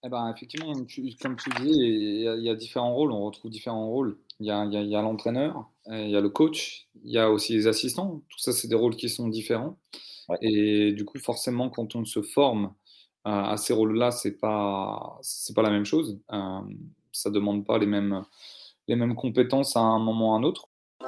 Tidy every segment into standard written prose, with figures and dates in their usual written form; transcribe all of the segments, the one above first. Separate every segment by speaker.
Speaker 1: Eh ben, effectivement, comme tu dis, il y a différents rôles, on retrouve différents rôles. Il y a l'entraîneur, il y a le coach, il y a aussi les assistants. Tout ça, c'est des rôles qui sont différents
Speaker 2: Ouais.
Speaker 1: et du coup, forcément, quand on se forme, à ces rôles-là, c'est pas la même chose. Ça demande pas les mêmes compétences à un moment ou à un autre.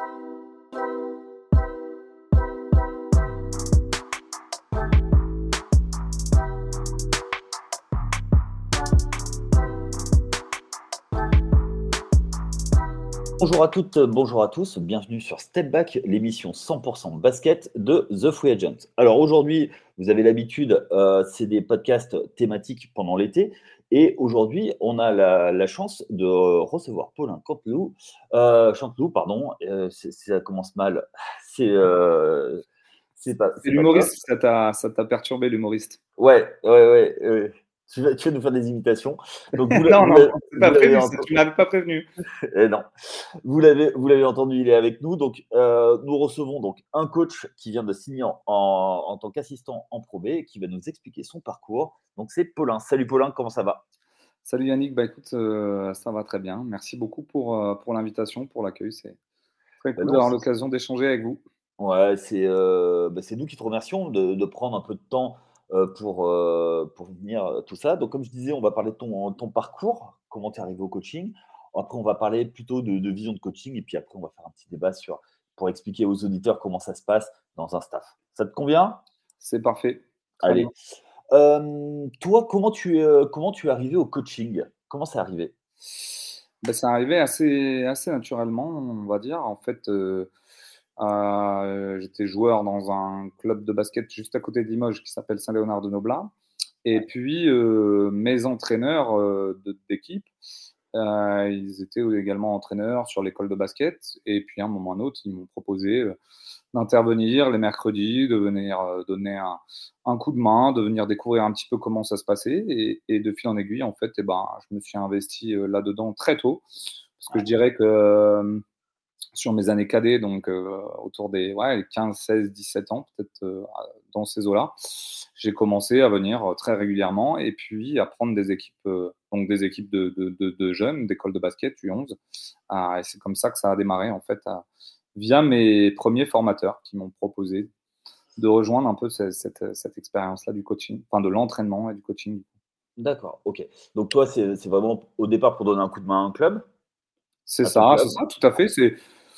Speaker 2: Bonjour à toutes, bonjour à tous, bienvenue sur Step Back, l'émission 100% basket de The Free Agent. Alors aujourd'hui, vous avez l'habitude, c'est des podcasts thématiques pendant l'été. Et aujourd'hui, on a la chance de recevoir Paulin Chanteloup, pardon, ça commence mal, c'est
Speaker 1: C'est
Speaker 2: c'est pas grave.
Speaker 1: l'humoriste, ça t'a perturbé, l'humoriste?
Speaker 2: Ouais, ouais, ouais, tu vas nous faire des imitations. Donc
Speaker 1: Non, non, c'est
Speaker 2: vous
Speaker 1: pas
Speaker 2: l'avez
Speaker 1: prévu, ça,
Speaker 2: entendu,
Speaker 1: tu m'avais pas prévenu.
Speaker 2: et non. Vous l'avez entendu, il est avec nous. Donc, nous recevons donc un coach qui vient de signer en tant qu'assistant en Pro B et qui va nous expliquer son parcours. Donc, c'est Paulin. Salut Paulin, comment ça va?
Speaker 1: Salut Yannick, bah écoute, ça va très bien. Merci beaucoup pour l'invitation, pour l'accueil. C'est très
Speaker 2: Ben
Speaker 1: cool
Speaker 2: non,
Speaker 1: d'avoir l'occasion d'échanger avec vous.
Speaker 2: ouais, c'est nous qui te remercions de prendre un peu de temps pour venir, tout ça. Donc, comme je disais, on va parler de ton parcours, comment tu es arrivé au coaching. Après, on va parler plutôt de vision de coaching. Et puis après, on va faire un petit débat pour expliquer aux auditeurs comment ça se passe dans un staff. Ça te convient?
Speaker 1: C'est parfait, très bien.
Speaker 2: Allez. Toi, comment tu es arrivé au coaching? Comment c'est arrivé?
Speaker 1: Bah, c'est arrivé assez naturellement, on va dire. En fait, j'étais joueur dans un club de basket juste à côté de Limoges qui s'appelle Saint-Léonard-de-Noblat et
Speaker 2: Ouais,
Speaker 1: puis, mes entraîneurs, d'équipe, ils étaient également entraîneurs sur l'école de basket et puis à un moment ou à un autre, ils m'ont proposé, d'intervenir les mercredis, de venir, donner un coup de main, de venir découvrir un petit peu comment ça se passait et de fil en aiguille, en fait et ben, je me suis investi, là-dedans très tôt. Parce que je
Speaker 2: ouais,
Speaker 1: dirais que, sur mes années cadets, donc autour des ouais, 15, 16, 17 ans, peut-être dans ces eaux-là, j'ai commencé à venir très régulièrement et puis à prendre des équipes, donc des équipes de jeunes, d'école de basket, U11. Ah, et c'est comme ça que ça a démarré, en fait, via mes premiers formateurs qui m'ont proposé de rejoindre un peu cette expérience-là du coaching, enfin de l'entraînement et du coaching.
Speaker 2: d'accord, OK. Donc toi, c'est vraiment au départ pour donner un coup de main à un club, à ton
Speaker 1: C'est
Speaker 2: club?
Speaker 1: ça, tout à fait. C'est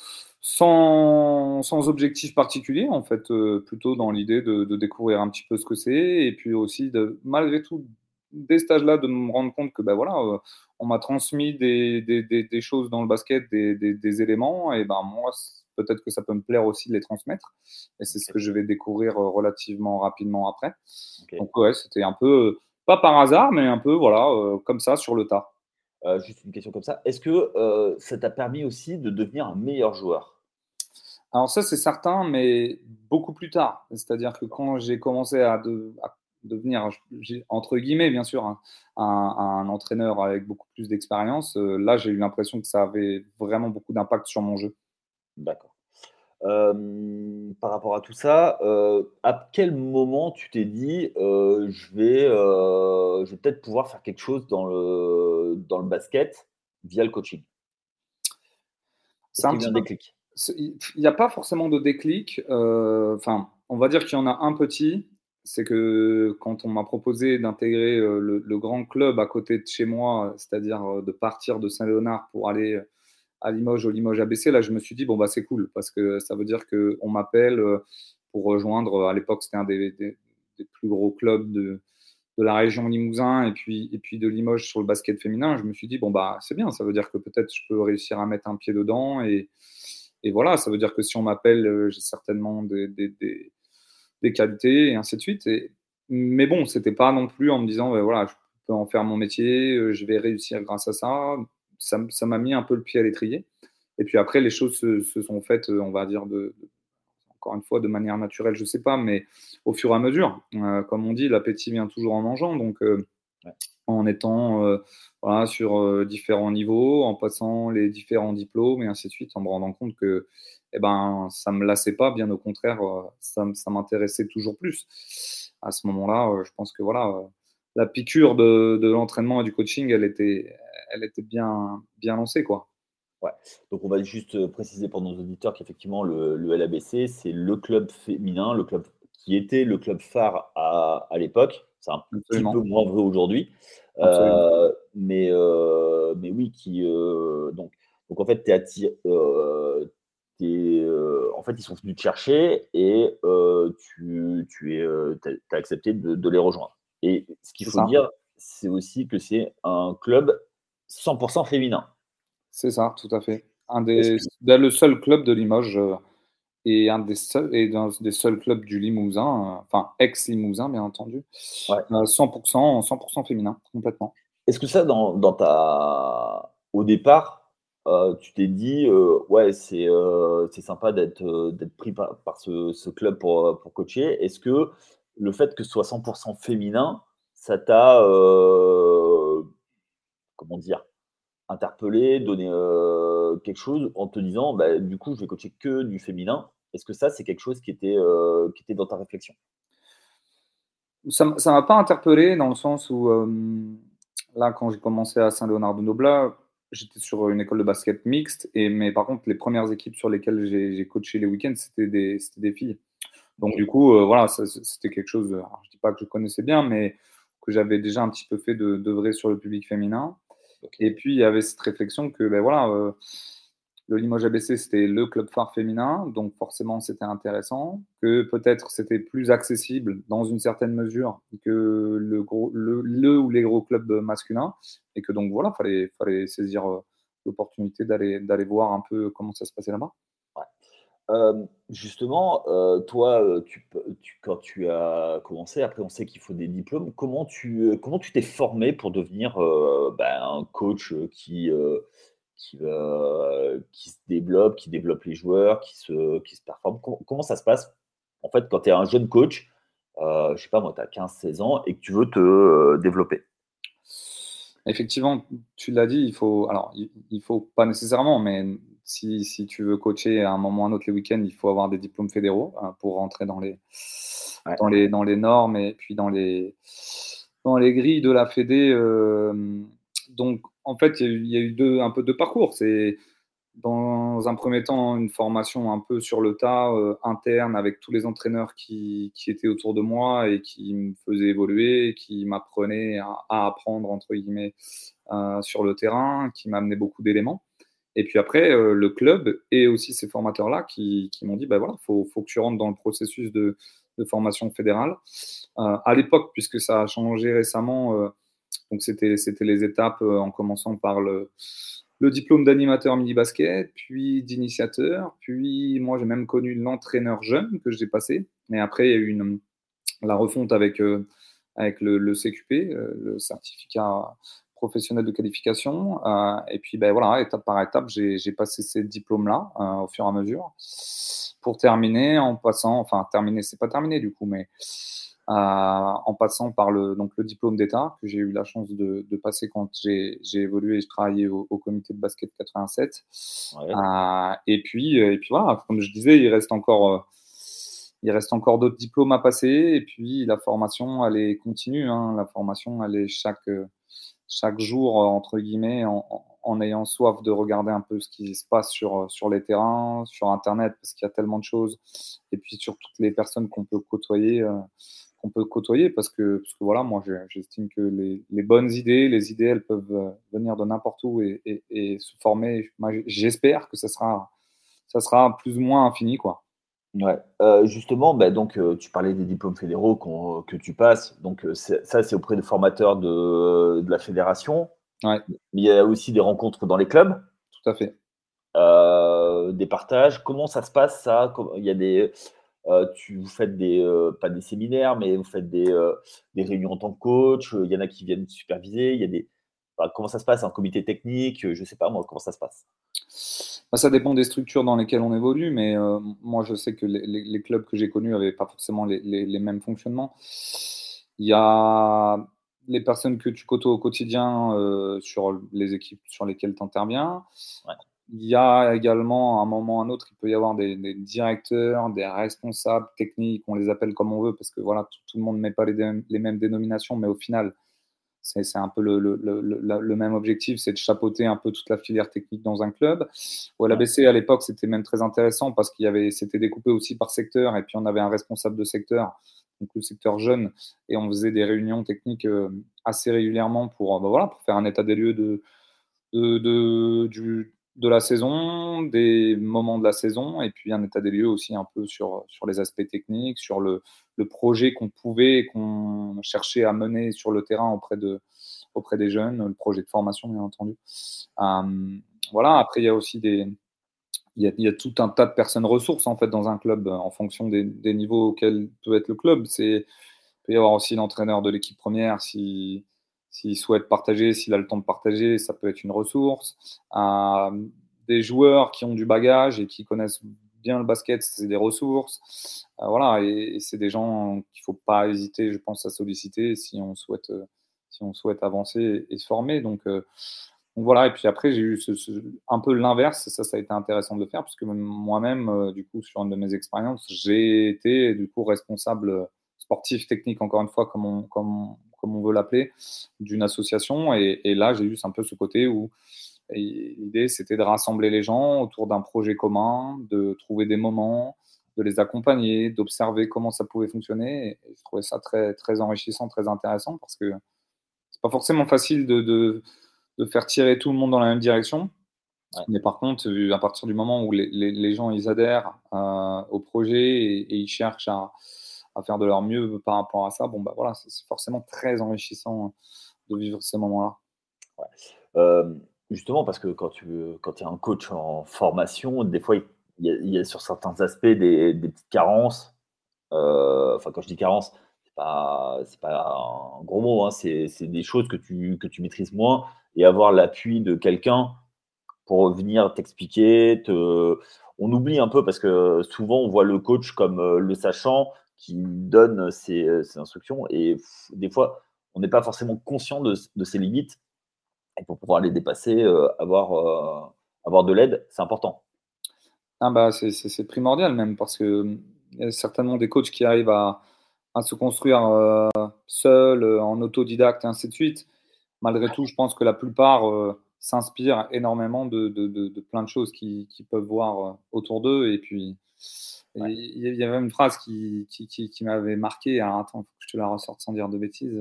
Speaker 1: sans objectif particulier, en fait, plutôt dans l'idée de découvrir un petit peu ce que c'est et puis aussi de malgré tout, dès cet âge-là, de me rendre compte que, bah, voilà, on m'a transmis des choses dans le basket, des éléments et ben, moi, peut-être que ça peut me plaire aussi de les transmettre et c'est ce
Speaker 2: OK,
Speaker 1: que je vais découvrir, relativement rapidement après.
Speaker 2: OK.
Speaker 1: Donc ouais, c'était un peu, pas par hasard, mais un peu, voilà, comme ça, sur le tas.
Speaker 2: Juste une question comme ça. Est-ce que, ça t'a permis aussi de devenir un meilleur joueur?
Speaker 1: Alors ça, c'est certain, mais beaucoup plus tard. C'est-à-dire que
Speaker 2: D'accord,
Speaker 1: quand j'ai commencé à devenir, j'ai entre guillemets, bien sûr, hein, un entraîneur avec beaucoup plus d'expérience, là, j'ai eu l'impression que ça avait vraiment beaucoup d'impact sur mon jeu.
Speaker 2: d'accord. Par rapport à tout ça, à quel moment tu t'es dit, je vais peut-être pouvoir faire quelque chose dans le basket via le coaching»?
Speaker 1: C'est
Speaker 2: Est-ce
Speaker 1: un
Speaker 2: qu'il y a eu
Speaker 1: petit
Speaker 2: un
Speaker 1: peu
Speaker 2: déclic?
Speaker 1: il n'y a pas forcément de déclic, enfin, on va dire qu'il y en a un petit, c'est que quand on m'a proposé d'intégrer, le grand club à côté de chez moi, c'est-à-dire, de partir de Saint-Léonard pour aller, à Limoges, au Limoges ABC, là, je me suis dit: «Bon, bah, c'est cool» parce que ça veut dire qu'on m'appelle, pour rejoindre, à l'époque, c'était un des plus gros clubs de la région Limousin et puis de Limoges sur le basket féminin. Je me suis dit: «Bon, bah, c'est bien, ça veut dire que peut-être je peux réussir à mettre un pied dedans et voilà, ça veut dire que si on m'appelle, j'ai certainement des qualités et ainsi de suite» mais bon, c'était pas non plus en me disant: voilà, je peux en faire mon métier, je vais réussir grâce à ça». Ça m'a mis un peu le pied à l'étrier et puis après les choses se sont faites, on va dire encore une fois de manière naturelle, je sais pas, mais au fur et à mesure. Comme on dit, l'appétit vient toujours en mangeant donc
Speaker 2: Ouais,
Speaker 1: en étant, voilà, sur, différents niveaux, en passant les différents diplômes et ainsi de suite, en me rendant compte que, eh ben, ça me lassait pas, bien au contraire, ça m'intéressait toujours plus. À ce moment-là, je pense que voilà, la piqûre de l'entraînement et du coaching, elle était bien lancée, quoi.
Speaker 2: Ouais. Donc on va juste préciser pour nos auditeurs qu'effectivement le LABC, c'est le club féminin, le club qui était le club phare à l'époque. C'est un petit peu
Speaker 1: Absolument,
Speaker 2: moins vrai aujourd'hui.
Speaker 1: absolument.
Speaker 2: Mais oui, donc en fait, en fait, ils sont venus te chercher et tu as accepté de les rejoindre. Et ce qu'il
Speaker 1: C'est
Speaker 2: faut
Speaker 1: ça,
Speaker 2: dire, c'est aussi que c'est un club 100% féminin.
Speaker 1: c'est ça, tout à fait.
Speaker 2: Est-ce que
Speaker 1: Le seul club de Limoges, et un des seuls clubs du Limousin, enfin ex-Limousin bien entendu,
Speaker 2: ouais.
Speaker 1: 100% féminin, complètement.
Speaker 2: Est-ce que ça dans ta au départ, tu t'es dit, «Ouais, c'est sympa d'être pris par ce club pour coacher». Est-ce que le fait que ce soit 100% féminin, ça t'a, comment dire? Interpellé, donné, quelque chose en te disant: «Bah, du coup, je vais coacher que du féminin». Est-ce que ça, c'est quelque chose qui était dans ta réflexion?
Speaker 1: Ça m'a pas interpellé dans le sens où, là, quand j'ai commencé à Saint-Léonard-de-Noblat, j'étais sur une école de basket mixte mais par contre, les premières équipes sur lesquelles j'ai coaché les week-ends, c'était des filles. Donc
Speaker 2: OK,
Speaker 1: du coup, voilà, ça c'était quelque chose, alors je dis pas que je connaissais bien, mais que j'avais déjà un petit peu fait d'œuvrer sur le public féminin.
Speaker 2: OK.
Speaker 1: Et puis il y avait cette réflexion que, beh, voilà, le Limoges ABC, c'était le club phare féminin, donc forcément c'était intéressant. Que peut-être c'était plus accessible dans une certaine mesure que le ou les gros clubs masculins et que donc voilà, fallait saisir, l'opportunité d'aller voir un peu comment ça se passait là-bas.
Speaker 2: Justement, toi, quand tu as commencé, après on sait qu'il faut des diplômes. Comment tu t'es formé pour devenir, un coach, qui se développe, qui développe les joueurs, qui se performe? Comment ça se passe, en fait, quand tu es un jeune coach, je sais pas moi, tu as 15-16 ans et que tu veux te, développer?
Speaker 1: Effectivement, tu l'as dit, il faut pas nécessairement, mais si tu veux coacher à un moment ou à un autre les week-ends, il faut avoir des diplômes fédéraux, pour rentrer
Speaker 2: Ouais,
Speaker 1: dans les normes et puis dans les grilles de la fédé, donc en fait, il y a eu 2 un peu 2 parcours. C'est dans un premier temps, une formation un peu sur le tas, interne avec tous les entraîneurs qui étaient autour de moi et qui me faisaient évoluer, qui m'apprenaient à «apprendre» entre guillemets, sur le terrain, qui m'amenaient beaucoup d'éléments. Et puis après, le club et aussi ces formateurs-là qui m'ont dit: «Bah, voilà, faut que tu rentres dans le processus de formation fédérale». À l'époque, puisque ça a changé récemment, donc c'était les étapes, en commençant par le diplôme d'animateur mini-basket, puis d'initiateur, puis moi j'ai même connu l'entraîneur jeune que j'ai passé. Et après il y a eu la refonte avec le CQP, le certificat professionnel de qualification. Et puis ben voilà, étape par étape, j'ai passé ces diplômes-là au fur et à mesure pour terminer en passant, enfin terminer, c'est pas terminé du coup, mais en passant par donc le diplôme d'État que j'ai eu la chance de passer quand j'ai évolué et je travaillais au comité de basket 87.
Speaker 2: ouais.
Speaker 1: Et puis voilà, comme je disais, il reste encore d'autres diplômes à passer et puis la formation, elle est continue, hein. La formation, elle est chaque jour, entre guillemets, en ayant soif de regarder un peu ce qui se passe sur les terrains, sur internet, parce qu'il y a tellement de choses et puis sur toutes les personnes qu'on peut côtoyer parce que voilà, moi, j'estime que les bonnes idées, les idées, elles peuvent, venir de n'importe où et se former. Moi, j'espère que ça sera plus ou moins infini, quoi.
Speaker 2: Ouais, justement, donc, tu parlais des diplômes fédéraux que tu passes, donc, c'est auprès de formateurs de la fédération,
Speaker 1: Ouais,
Speaker 2: mais il y a aussi des rencontres dans les clubs,
Speaker 1: tout à fait.
Speaker 2: des partages. Comment ça se passe ça? Il y a vous faites pas des séminaires, mais vous faites des réunions en tant que coach, il y en a qui viennent superviser, il y a comment ça se passe? Un comité technique, je sais pas moi, comment ça se passe?
Speaker 1: Bah, ça dépend des structures dans lesquelles on évolue, mais moi, je sais que les clubs que j'ai connus n'avaient pas forcément les mêmes fonctionnements. Il y a les personnes que tu côtoies au quotidien, sur les équipes sur lesquelles tu interviens.
Speaker 2: Ouais,
Speaker 1: Il y a également, à un moment ou à un autre, il peut y avoir des directeurs, des responsables techniques, on les appelle comme on veut parce que voilà, tout le monde ne met pas les mêmes dénominations, mais au final, c'est un peu le même objectif, c'est de chapeauter un peu toute la filière technique dans un club. Au LABC, à l'époque, c'était même très intéressant parce c'était découpé aussi par secteur et puis on avait un responsable de secteur, donc le secteur jeune, et on faisait des réunions techniques assez régulièrement pour faire un état des lieux de la saison, des moments de la saison, et puis un état des lieux aussi un peu sur les aspects techniques, sur le projet qu'on pouvait et qu'on cherchait à mener sur le terrain auprès des jeunes, le projet de formation, bien entendu. Voilà, après, il y a aussi il y a tout un tas de personnes ressources en fait dans un club en fonction des niveaux auxquels peut être le club. Il peut y avoir aussi l'entraîneur de l'équipe première s'il souhaite partager, s'il a le temps de partager, ça peut être une ressource. Des joueurs qui ont du bagage et qui connaissent bien le basket, c'est des ressources. Voilà, et c'est des gens qu'il ne faut pas hésiter, je pense, à solliciter si on souhaite avancer et se former. Donc voilà, et puis après, j'ai eu un peu l'inverse, ça a été intéressant de le faire, puisque moi-même, du coup, sur une de mes expériences, j'ai été, du coup, responsable sportif, technique, encore une fois, comme on veut l'appeler, d'une association. Et là, j'ai eu un peu ce côté où l'idée, c'était de rassembler les gens autour d'un projet commun, de trouver des moments, de les accompagner, d'observer comment ça pouvait fonctionner. Et je trouvais ça très, très enrichissant, très intéressant, parce que c'est pas forcément facile de faire tirer tout le monde dans la même direction.
Speaker 2: Ouais.
Speaker 1: Mais par contre, à partir du moment où les gens ils adhèrent au projet et ils cherchent à faire de leur mieux par rapport à ça, bon, bah voilà, c'est forcément très enrichissant de vivre ces moments-là.
Speaker 2: Ouais. Justement, parce que quand tu es un coach en formation, des fois, il y a sur certains aspects des petites carences. Enfin, quand je dis carence, c'est pas un gros mot, hein, c'est des choses que tu maîtrises moins et avoir l'appui de quelqu'un pour venir t'expliquer, on oublie un peu parce que souvent on voit le coach comme, le sachant qui donne ses instructions et des fois, on n'est pas forcément conscient de ses limites et pour pouvoir les dépasser, avoir de l'aide, c'est important.
Speaker 1: Ah bah, c'est primordial même parce que il y a certainement des coachs qui arrivent à se construire seuls, en autodidacte et ainsi de suite. Malgré tout, je pense que la plupart s'inspirent énormément de plein de choses qu'ils peuvent voir autour d'eux. Et puis,
Speaker 2: Ouais.
Speaker 1: il y avait une phrase qui m'avait marqué. Alors, attends, faut que je te la ressorte sans dire de bêtises.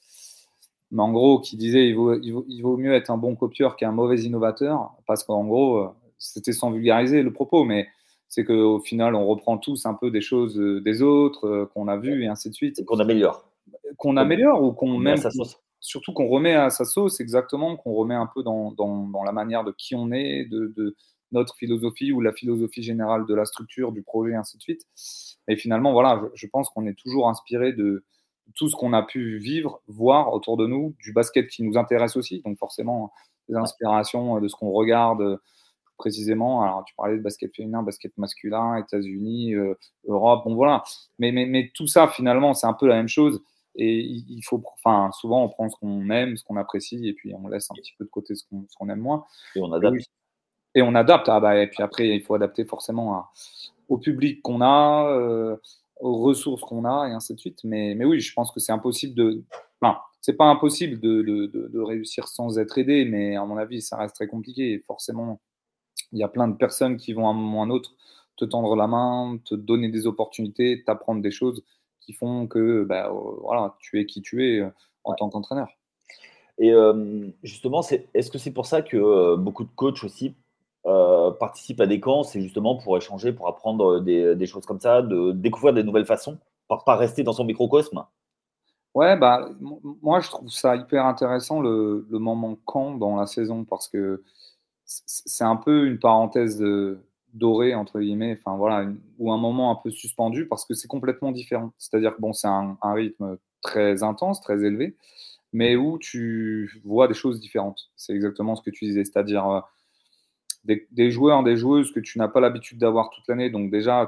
Speaker 1: Mais en gros, qui disait il vaut mieux être un bon copieur qu'un mauvais innovateur. Parce qu'en gros, c'était sans vulgariser le propos, mais c'est qu'au final, on reprend tous un peu des choses des autres qu'on a vues et ainsi de suite
Speaker 2: Et qu'on améliore,
Speaker 1: qu'on
Speaker 2: qu'on
Speaker 1: améliore ou qu'on
Speaker 2: qu'on met à
Speaker 1: même
Speaker 2: sa sauce.
Speaker 1: surtout qu'on remet à sa sauce exactement, qu'on remet un peu dans la manière de qui on est, de notre philosophie ou la philosophie générale de la structure, du projet, ainsi de suite. Et finalement, voilà, je pense qu'on est toujours inspiré de tout ce qu'on a pu vivre, voir autour de nous, du basket qui nous intéresse aussi, donc forcément des
Speaker 2: Ouais.
Speaker 1: inspirations de ce qu'on regarde précisément. Alors, tu parlais de basket féminin, basket masculin, États-Unis, Europe, bon voilà. Mais tout ça, finalement, c'est un peu la même chose. Et il faut, enfin, souvent, on prend ce qu'on aime, ce qu'on apprécie, et puis on laisse un petit peu de côté ce qu'on aime moins.
Speaker 2: Et on
Speaker 1: Et oui.
Speaker 2: adapte.
Speaker 1: Et on adapte. Ah bah, et puis après, il faut adapter forcément au public qu'on a, aux ressources qu'on a, et ainsi de suite. Mais oui, je pense que c'est impossible de. Enfin, c'est pas impossible de réussir sans être aidé, mais à mon avis, ça reste très compliqué. Et forcément, il y a plein de personnes qui vont à un moment ou à un autre te tendre la main, te donner des opportunités, t'apprendre des choses qui font que bah, voilà, tu es qui tu es en
Speaker 2: Ouais.
Speaker 1: tant qu'entraîneur.
Speaker 2: Et justement, est-ce que c'est pour ça que, beaucoup de coachs aussi, participent à des camps? C'est justement pour échanger, pour apprendre, des choses comme ça, de découvrir des nouvelles façons, pour pas rester dans son microcosme?
Speaker 1: Ouais, bah, moi, je trouve ça hyper intéressant le moment camp dans la saison parce que c'est un peu une parenthèse dorée, entre guillemets, enfin voilà, ou un moment un peu suspendu parce que c'est complètement différent. C'est-à-dire que bon, c'est un rythme très intense, très élevé, mais où tu vois des choses différentes. C'est exactement ce que tu disais, c'est-à-dire des joueurs, des joueuses que tu n'as pas l'habitude d'avoir toute l'année. Donc déjà,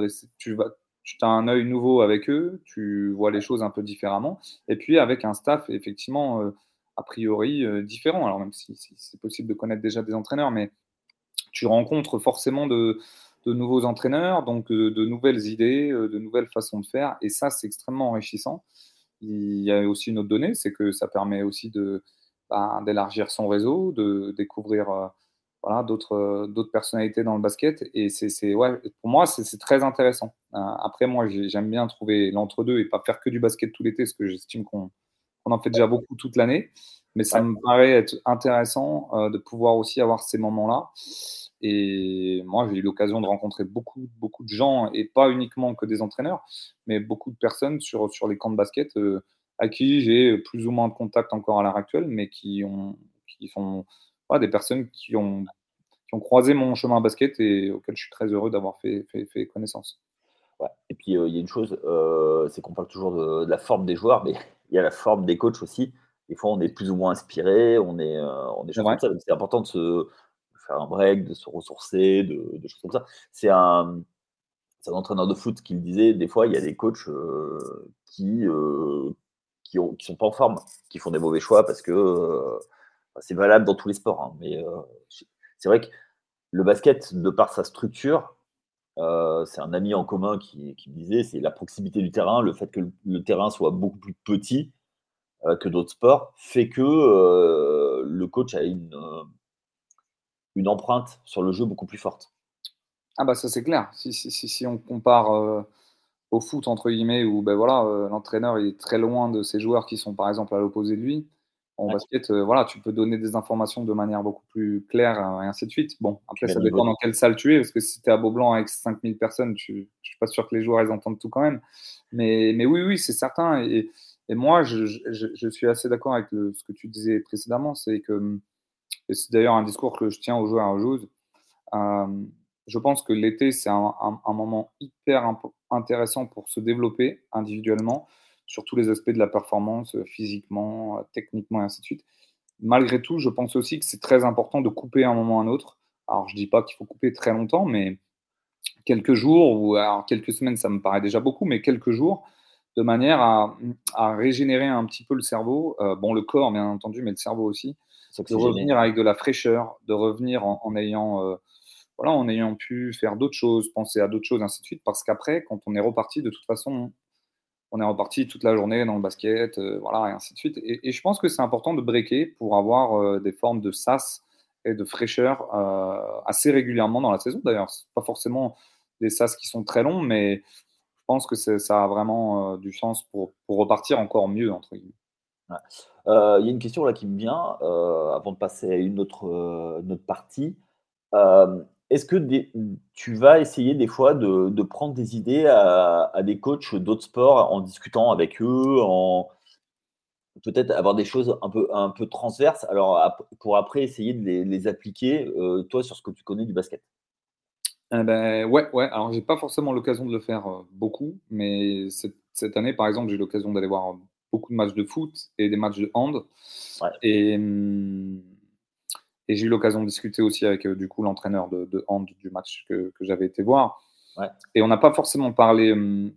Speaker 1: tu as un œil nouveau avec eux, tu vois les choses un peu différemment. Et puis avec un staff effectivement a priori différent. Alors même si c'est possible de connaître déjà des entraîneurs, mais tu rencontres forcément de nouveaux entraîneurs, donc de nouvelles idées, de nouvelles façons de faire. Et ça, c'est extrêmement enrichissant. il y a aussi une autre donnée, c'est que ça permet aussi d'élargir son réseau, de découvrir voilà, d'autres personnalités dans le basket. Et ouais, pour moi, c'est très intéressant. Après, moi, j'aime bien trouver l'entre-deux et pas faire que du basket tout l'été, parce que j'estime qu'on en fait déjà beaucoup toute l'année. Mais ça
Speaker 2: Ouais.
Speaker 1: me paraît être intéressant de pouvoir aussi avoir ces moments-là. Et moi, j'ai eu l'occasion de rencontrer beaucoup, beaucoup de gens, et pas uniquement que des entraîneurs, mais beaucoup de personnes sur les camps de basket à qui j'ai plus ou moins de contact encore à l'heure actuelle, mais qui sont voilà, des personnes qui ont croisé mon chemin basket et auxquelles je suis très heureux d'avoir fait connaissance.
Speaker 2: Ouais. Et puis, il y a une chose, c'est qu'on parle toujours de la forme des joueurs, mais il y a la forme des coachs aussi. Des fois, on est plus ou moins inspiré, on est des
Speaker 1: C'est
Speaker 2: choses
Speaker 1: vrai?
Speaker 2: comme ça. Donc c'est important de se faire un break, de se ressourcer, de choses comme ça. C'est un c'est un entraîneur de foot qui me disait, des fois, il y a des coachs, qui sont pas en forme, qui font des mauvais choix parce que, c'est valable dans tous les sports, hein, mais, c'est vrai que le basket, de par sa structure, c'est un ami en commun qui me disait, c'est la proximité du terrain, le fait que le terrain soit beaucoup plus petit, que d'autres sports, fait que, le coach a une empreinte sur le jeu beaucoup plus forte.
Speaker 1: Ah bah ça c'est clair. Si on compare au foot entre guillemets où ben voilà, l'entraîneur il est très loin de ses joueurs qui sont par exemple à l'opposé de lui. En
Speaker 2: Ouais,
Speaker 1: basket, voilà, tu peux donner des informations de manière beaucoup plus claire, et ainsi de suite. Bon,
Speaker 2: tu
Speaker 1: après
Speaker 2: mets
Speaker 1: ça
Speaker 2: le niveau
Speaker 1: dépend
Speaker 2: de
Speaker 1: dans quelle salle tu es, parce que si tu es à Beaublanc avec 5000 personnes, je suis pas sûr que les joueurs ils entendent tout quand même. Mais oui, oui, c'est certain. Et moi je suis assez d'accord avec ce que tu disais précédemment, c'est que et c'est d'ailleurs un discours que je tiens aux joueurs et aux joueuses. Je pense que l'été, c'est un moment hyper intéressant pour se développer individuellement sur tous les aspects de la performance, physiquement, techniquement et ainsi de suite. Malgré tout, je pense aussi que c'est très important de couper à un moment ou à un autre. Alors, je dis pas qu'il faut couper très longtemps, mais quelques jours ou alors quelques semaines, ça me paraît déjà beaucoup, mais quelques jours, de manière à régénérer un petit peu le cerveau. Bon, le corps, bien entendu, mais le cerveau aussi. De
Speaker 2: s'oxygéner.
Speaker 1: revenir avec de la fraîcheur, de revenir en ayant voilà, en ayant pu faire d'autres choses, penser à d'autres choses, ainsi de suite. Parce qu'après, quand on est reparti, de toute façon, on est reparti toute la journée dans le basket, voilà, et ainsi de suite. Et je pense que c'est important de breaker pour avoir des formes de sas et de fraîcheur assez régulièrement dans la saison. D'ailleurs, c'est pas forcément des sas qui sont très longs, mais je pense que ça a vraiment du sens pour repartir encore mieux, entre guillemets.
Speaker 2: Ouais. Il y a une question là qui me vient, avant de passer à une autre partie. Est-ce que tu vas essayer des fois de prendre des idées à des coachs d'autres sports en discutant avec eux, en peut-être avoir des choses un peu transverses, alors pour après essayer de les appliquer, toi, sur ce que tu connais du basket?
Speaker 1: Ouais, ouais, alors j'ai pas forcément l'occasion de le faire, beaucoup, mais cette année, par exemple, j'ai eu l'occasion d'aller voir beaucoup de matchs de foot et des matchs de hand
Speaker 2: Ouais,
Speaker 1: et mmh et j'ai eu l'occasion de discuter aussi avec, du coup, l'entraîneur de hand du match que j'avais été voir
Speaker 2: ouais,
Speaker 1: et on n'a pas forcément parlé,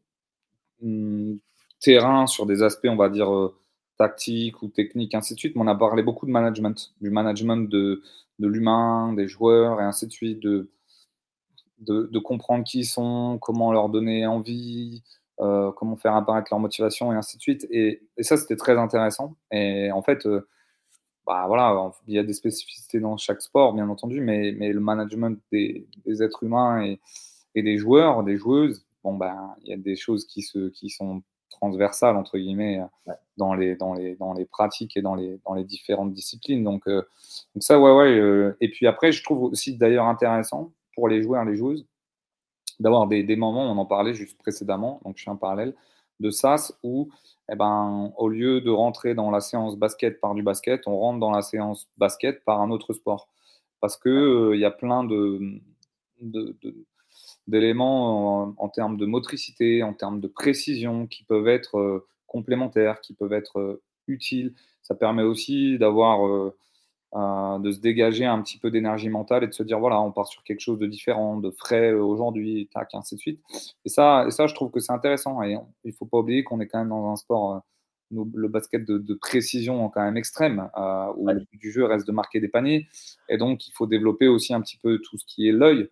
Speaker 1: terrain sur des aspects, on va dire, tactiques ou techniques, ainsi de suite, mais on a parlé beaucoup de management, du management de l'humain, des joueurs et ainsi de suite, de comprendre qui ils sont, comment leur donner envie, comment faire apparaître leur motivation et ainsi de suite. Et ça, c'était très intéressant. Et en fait, bah voilà, il y a des spécificités dans chaque sport, bien entendu, mais le management des êtres humains et des joueurs, des joueuses, bon, ben, il y a des choses qui sont transversales, entre guillemets,
Speaker 2: ouais.
Speaker 1: dans les pratiques et dans les différentes disciplines. Donc ça, ouais, ouais. Et puis après, je trouve aussi d'ailleurs intéressant pour les joueurs, les joueuses, d'avoir des moments, on en parlait juste précédemment, donc je fais un parallèle, de sas où, eh ben, au lieu de rentrer dans la séance basket par du basket, on rentre dans la séance basket par un autre sport. Parce que, il y a plein de d'éléments en termes de motricité, en termes de précision qui peuvent être, complémentaires, qui peuvent être, utiles. Ça permet aussi d'avoir, de se dégager un petit peu d'énergie mentale et de se dire voilà, on part sur quelque chose de différent, de frais aujourd'hui, tac, ainsi de suite. Et ça, je trouve que c'est intéressant. Et il ne faut pas oublier qu'on est quand même dans un sport, le basket de précision quand même extrême, où le but du jeu reste de marquer des paniers. Et donc, il faut développer aussi un petit peu tout ce qui est l'œil.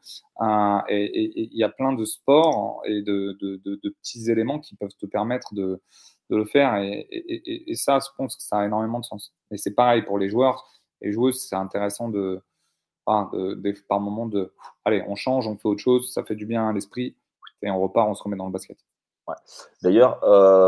Speaker 1: Et il y a plein de sports et de petits éléments qui peuvent te permettre de le faire. Et ça, je pense que ça a énormément de sens. Et c'est pareil pour les joueurs et joueuses. C'est intéressant par moment allez, on change, on fait autre chose, ça fait du bien à l'esprit et on repart, on se remet dans le basket.
Speaker 2: Ouais. D'ailleurs,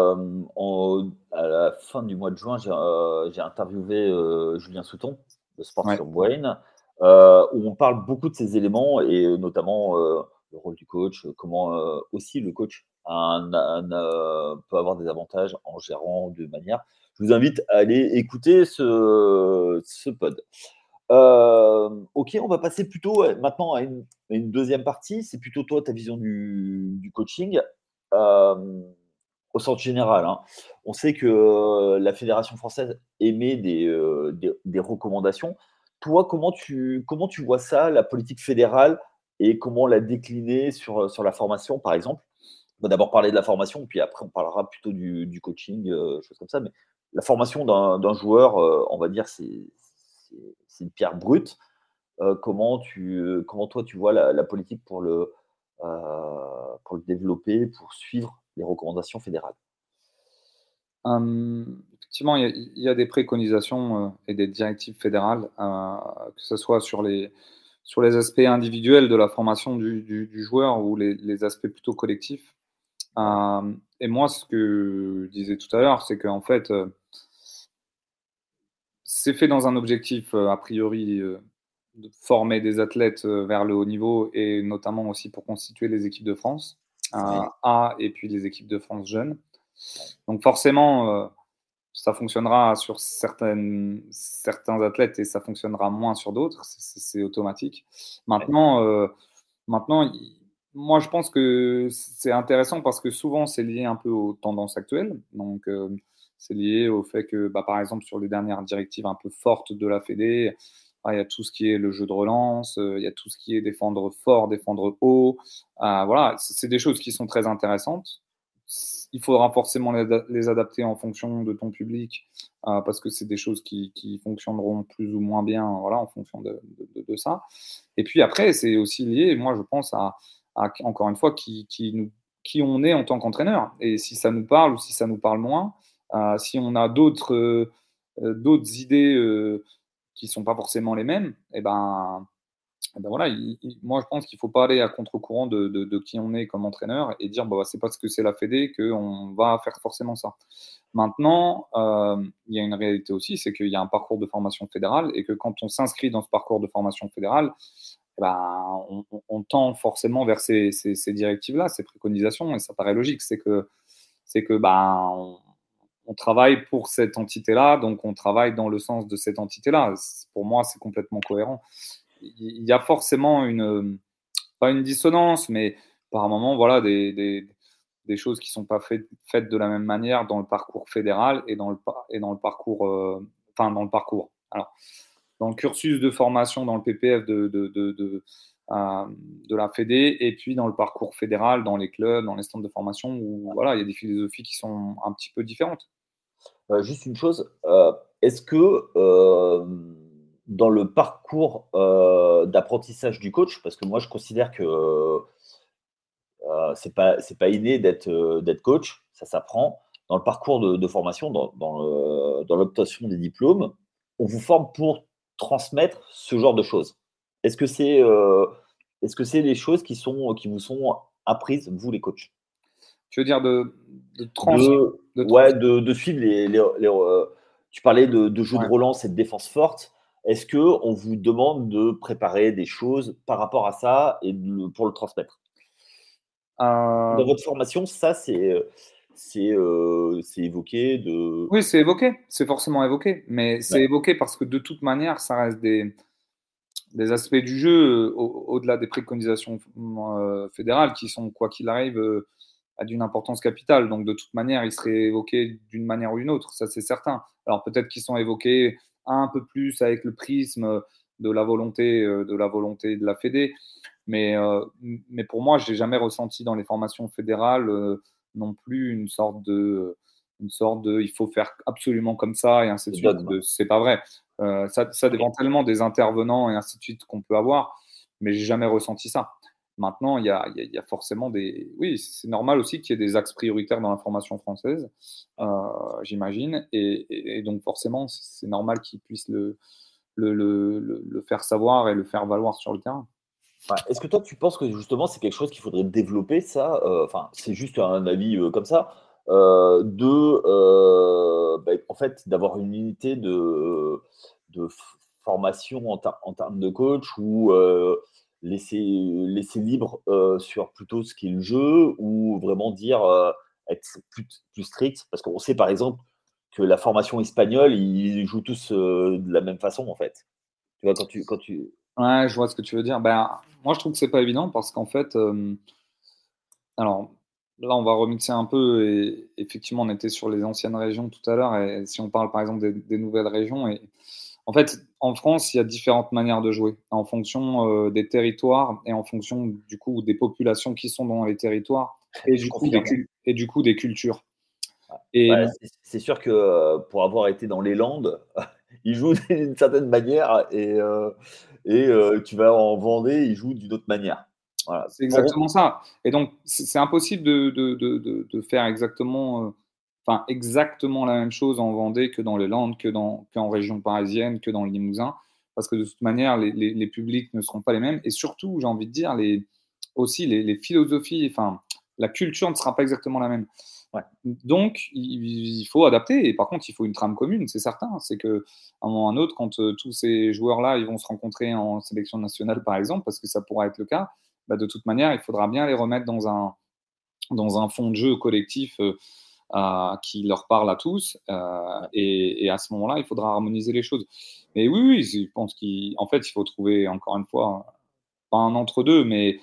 Speaker 2: à la fin du mois de juin, j'ai interviewé Julien Souton de Sport
Speaker 1: Ouais.
Speaker 2: sur Boyne, où on parle beaucoup de ces éléments et notamment le rôle du coach, comment aussi le coach peut avoir des avantages en gérant de manière. Je vous invite à aller écouter ce pod. Ok, on va passer plutôt maintenant à une deuxième partie. C'est plutôt toi, ta vision du coaching. Euh, Au sens général, hein. On sait que la Fédération française émet des recommandations. Toi, comment tu vois ça, la politique fédérale, et comment la décliner sur la formation, par exemple? On va d'abord parler de la formation, puis après on parlera plutôt du coaching, choses comme ça. Mais la formation d'un joueur, on va dire, c'est une pierre brute. Comment toi tu vois la politique pour le développer, pour suivre les recommandations fédérales?
Speaker 1: Effectivement, il y a des préconisations et des directives fédérales, que ce soit sur les aspects individuels de la formation du joueur ou les aspects plutôt collectifs. Et moi, ce que je disais tout à l'heure, c'est qu'en fait, c'est fait dans un objectif, a priori, de former des athlètes vers le haut niveau et notamment aussi pour constituer les équipes de France
Speaker 2: Ouais,
Speaker 1: A et puis les équipes de France jeunes. Donc forcément, ça fonctionnera sur certains athlètes et ça fonctionnera moins sur d'autres, c'est automatique.
Speaker 2: ouais,
Speaker 1: Maintenant, moi je pense que c'est intéressant parce que souvent c'est lié un peu aux tendances actuelles. Donc c'est lié au fait que, bah, par exemple, sur les dernières directives un peu fortes de la Fédé, il y a tout ce qui est le jeu de relance, il y a tout ce qui est défendre fort, défendre haut. Voilà, c'est des choses qui sont très intéressantes. Il faudra forcément les adapter en fonction de ton public, parce que c'est des choses qui fonctionneront plus ou moins bien, voilà, en fonction de ça. Et puis après, c'est aussi lié, moi, je pense, encore une fois, qui on est en tant qu'entraîneur. Et si ça nous parle ou si ça nous parle moins, si on a d'autres idées qui ne sont pas forcément les mêmes, et ben voilà, moi je pense qu'il ne faut pas aller à contre-courant de qui on est comme entraîneur et dire bah, c'est parce que c'est la Fédé qu'on va faire forcément ça. Maintenant, il y a une réalité aussi, c'est qu'il y a un parcours de formation fédérale et que quand on s'inscrit dans ce parcours de formation fédérale, on tend forcément vers ces directives-là, ces préconisations, et ça paraît logique. On travaille pour cette entité-là, donc on travaille dans le sens de cette entité-là. Pour moi, c'est complètement cohérent. Il y a forcément pas une dissonance, mais par moment, voilà, des choses qui ne sont pas faites de la même manière dans le parcours fédéral et dans le parcours, dans le parcours. Alors, dans le cursus de formation dans le PPF de la Fédé, et puis dans le parcours fédéral, dans les clubs, dans les centres de formation, où voilà, il y a des philosophies qui sont un petit peu différentes.
Speaker 2: Juste une chose, est-ce que dans le parcours d'apprentissage du coach, parce que moi je considère que c'est pas inné d'être coach, ça s'apprend. Dans le parcours de formation, dans l'obtention des diplômes, on vous forme pour transmettre ce genre de choses. Est-ce que c'est les choses qui vous sont apprises, vous les coachs?
Speaker 1: Tu veux dire de trans, de trans,
Speaker 2: Ouais, de suivre tu parlais de jeux de
Speaker 1: ouais.
Speaker 2: relance et de défense forte. Est-ce qu'on vous demande de préparer des choses par rapport à ça et pour le transmettre? Dans
Speaker 1: Euh,
Speaker 2: votre formation, ça, c'est évoqué de.
Speaker 1: oui, c'est évoqué, c'est forcément évoqué, mais c'est
Speaker 2: Ouais,
Speaker 1: évoqué parce que de toute manière, ça reste des aspects du jeu, au-delà des préconisations fédérales, qui sont, quoi qu'il arrive, d'une importance capitale. Donc, de toute manière, ils seraient évoqués d'une manière ou d'une autre, ça c'est certain. Alors, peut-être qu'ils sont évoqués un peu plus avec le prisme de la Fédé, mais pour moi, j'ai jamais ressenti dans les formations fédérales non plus une sorte de il faut faire absolument comme ça et ainsi de
Speaker 2: le
Speaker 1: suite.
Speaker 2: dogme.
Speaker 1: C'est pas vrai. Ça
Speaker 2: Ok.
Speaker 1: dépend tellement des intervenants et ainsi de suite qu'on peut avoir, mais j'ai jamais ressenti ça. Maintenant, il y a forcément des. Oui, c'est normal aussi qu'il y ait des axes prioritaires dans la formation française, j'imagine. Et donc, forcément, c'est normal qu'ils puissent le faire savoir et le faire valoir sur le terrain.
Speaker 2: Ouais. Est-ce que toi, tu penses que justement, c'est quelque chose qu'il faudrait développer, ça enfin, c'est juste un avis comme ça, en fait, d'avoir une unité de formation en termes de coach ou laisser libre sur plutôt ce qui est le jeu ou vraiment dire être plus strict. Parce qu'on sait par exemple que la formation espagnole, ils jouent tous de la même façon en fait. Tu vois, quand tu...
Speaker 1: Ouais, je vois ce que tu veux dire. Ben, moi, je trouve que c'est pas évident parce qu'en fait, alors là, on va remixer un peu. Et effectivement, on était sur les anciennes régions tout à l'heure. Et si on parle par exemple des nouvelles régions, et en fait, en France, il y a différentes manières de jouer en fonction des territoires et en fonction du coup des populations qui sont dans les territoires et
Speaker 2: Je
Speaker 1: du coup
Speaker 2: confirme.
Speaker 1: et du coup des cultures. Et
Speaker 2: Ouais, c'est sûr que pour avoir été dans les Landes, ils jouent d'une certaine manière et tu vas en Vendée, ils jouent d'une autre manière. Voilà.
Speaker 1: c'est exactement ça. Et donc, c'est impossible de faire exactement, enfin, exactement la même chose en Vendée que dans les Landes, qu'en région parisienne, que dans le Limousin, parce que de toute manière, les publics ne seront pas les mêmes. Et surtout, j'ai envie de dire, aussi les philosophies, enfin, la culture ne sera pas exactement la même.
Speaker 2: Ouais.
Speaker 1: Donc, il faut adapter. Et par contre, il faut une trame commune, c'est certain. C'est qu'à un moment ou à un autre, quand tous ces joueurs-là, ils vont se rencontrer en sélection nationale, par exemple, parce que ça pourra être le cas, bah, de toute manière, il faudra bien les remettre dans un fond de jeu collectif qui leur parle à tous.
Speaker 2: Ouais.
Speaker 1: Et à ce moment-là, il faudra harmoniser les choses. Mais oui, oui, je pense qu'en fait, il faut trouver, encore une fois, pas un entre-deux, mais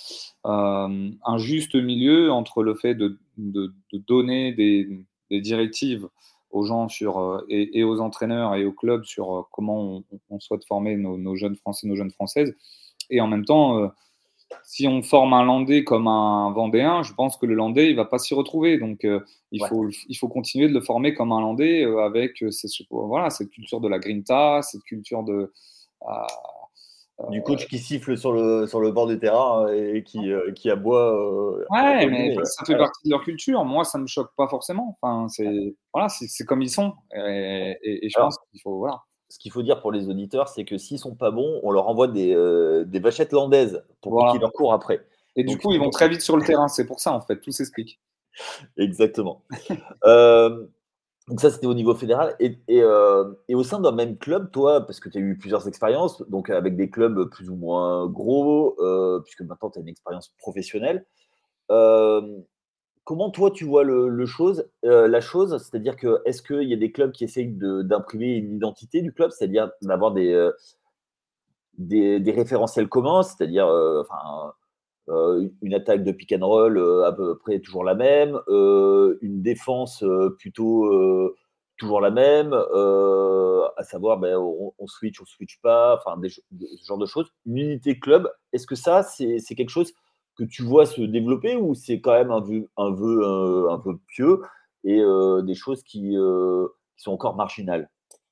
Speaker 1: un juste milieu entre le fait de donner des directives aux gens et aux entraîneurs et aux clubs sur comment on souhaite former nos jeunes Français, nos jeunes Françaises. Et en même temps, si on forme un Landais comme un Vendéen, je pense que le Landais, il va pas s'y retrouver. Donc,
Speaker 2: Ouais.
Speaker 1: il faut continuer de le former comme un Landais avec voilà, cette culture de la grinta, cette culture de.
Speaker 2: Du coach qui siffle sur le bord du terrain et qui aboie
Speaker 1: Ouais,
Speaker 2: entre
Speaker 1: mais
Speaker 2: guillemets.
Speaker 1: ça fait partie de leur culture. Moi, ça me choque pas forcément. Enfin, voilà, c'est comme ils sont. Et je pense
Speaker 2: Alors,
Speaker 1: qu'il faut, voilà.
Speaker 2: ce qu'il faut dire pour les auditeurs, c'est que s'ils sont pas bons, on leur envoie des vachettes landaises pour qu'ils
Speaker 1: Voilà.
Speaker 2: leur courent après.
Speaker 1: Et du
Speaker 2: Donc,
Speaker 1: coup, ils vont très vite sur le terrain. C'est pour ça, en fait, tout s'explique.
Speaker 2: exactement. Euh, Donc ça, c'était au niveau fédéral. Et au sein d'un même club, toi, parce que tu as eu plusieurs expériences, donc avec des clubs plus ou moins gros, puisque maintenant tu as une expérience professionnelle, euh, comment toi tu vois la chose? C'est-à-dire que est-ce qu'il y a des clubs qui essayent d'imprimer une identité du club, c'est-à-dire d'avoir des référentiels communs, c'est-à-dire une attaque de pick and roll à peu près toujours la même, une défense plutôt toujours la même, à savoir ben, on switch pas, enfin ce genre de choses. Une unité club, est-ce que ça c'est quelque chose que tu vois se développer ou c'est quand même un vœu pieux et des choses qui sont encore marginales?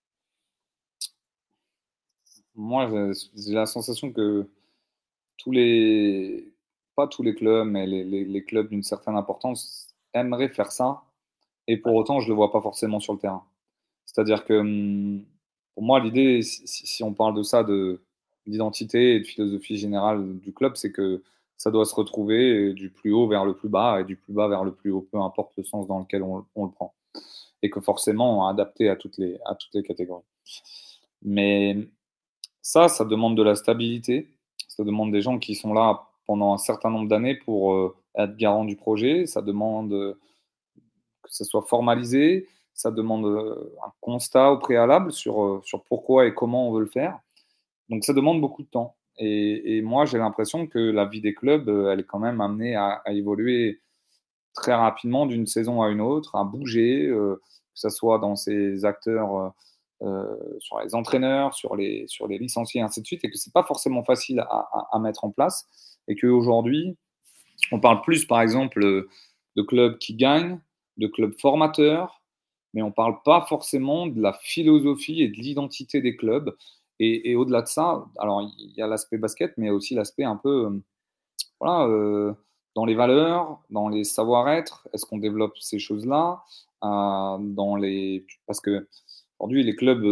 Speaker 1: Moi, j'ai la sensation que tous les, pas tous les clubs, mais les clubs d'une certaine importance aimeraient faire ça. Et pour autant, je le vois pas forcément sur le terrain. C'est-à-dire que pour moi, l'idée, si on parle de ça, d'identité et de philosophie générale du club, c'est que ça doit se retrouver du plus haut vers le plus bas et du plus bas vers le plus haut, peu importe le sens dans lequel on le prend. Et que forcément, adapté à toutes les catégories. Mais ça demande de la stabilité. Ça demande des gens qui sont là pendant un certain nombre d'années pour être garant du projet. Ça demande que ça soit formalisé. Ça demande un constat au préalable sur pourquoi et comment on veut le faire. Donc ça demande beaucoup de temps. Et moi, j'ai l'impression que la vie des clubs, elle est quand même amenée à évoluer très rapidement d'une saison à une autre, à bouger, que ce soit dans ses acteurs, sur les entraîneurs, sur les licenciés, et ainsi de suite, et que c'est pas forcément facile à mettre en place. Et qu'aujourd'hui, on parle plus, par exemple, de clubs qui gagnent, de clubs formateurs, mais on ne parle pas forcément de la philosophie et de l'identité des clubs. Et au-delà de ça, alors il y a l'aspect basket, mais il y a aussi l'aspect un peu voilà, dans les valeurs, dans les savoir-être, est-ce qu'on développe ces choses-là? Parce qu'aujourd'hui les clubs,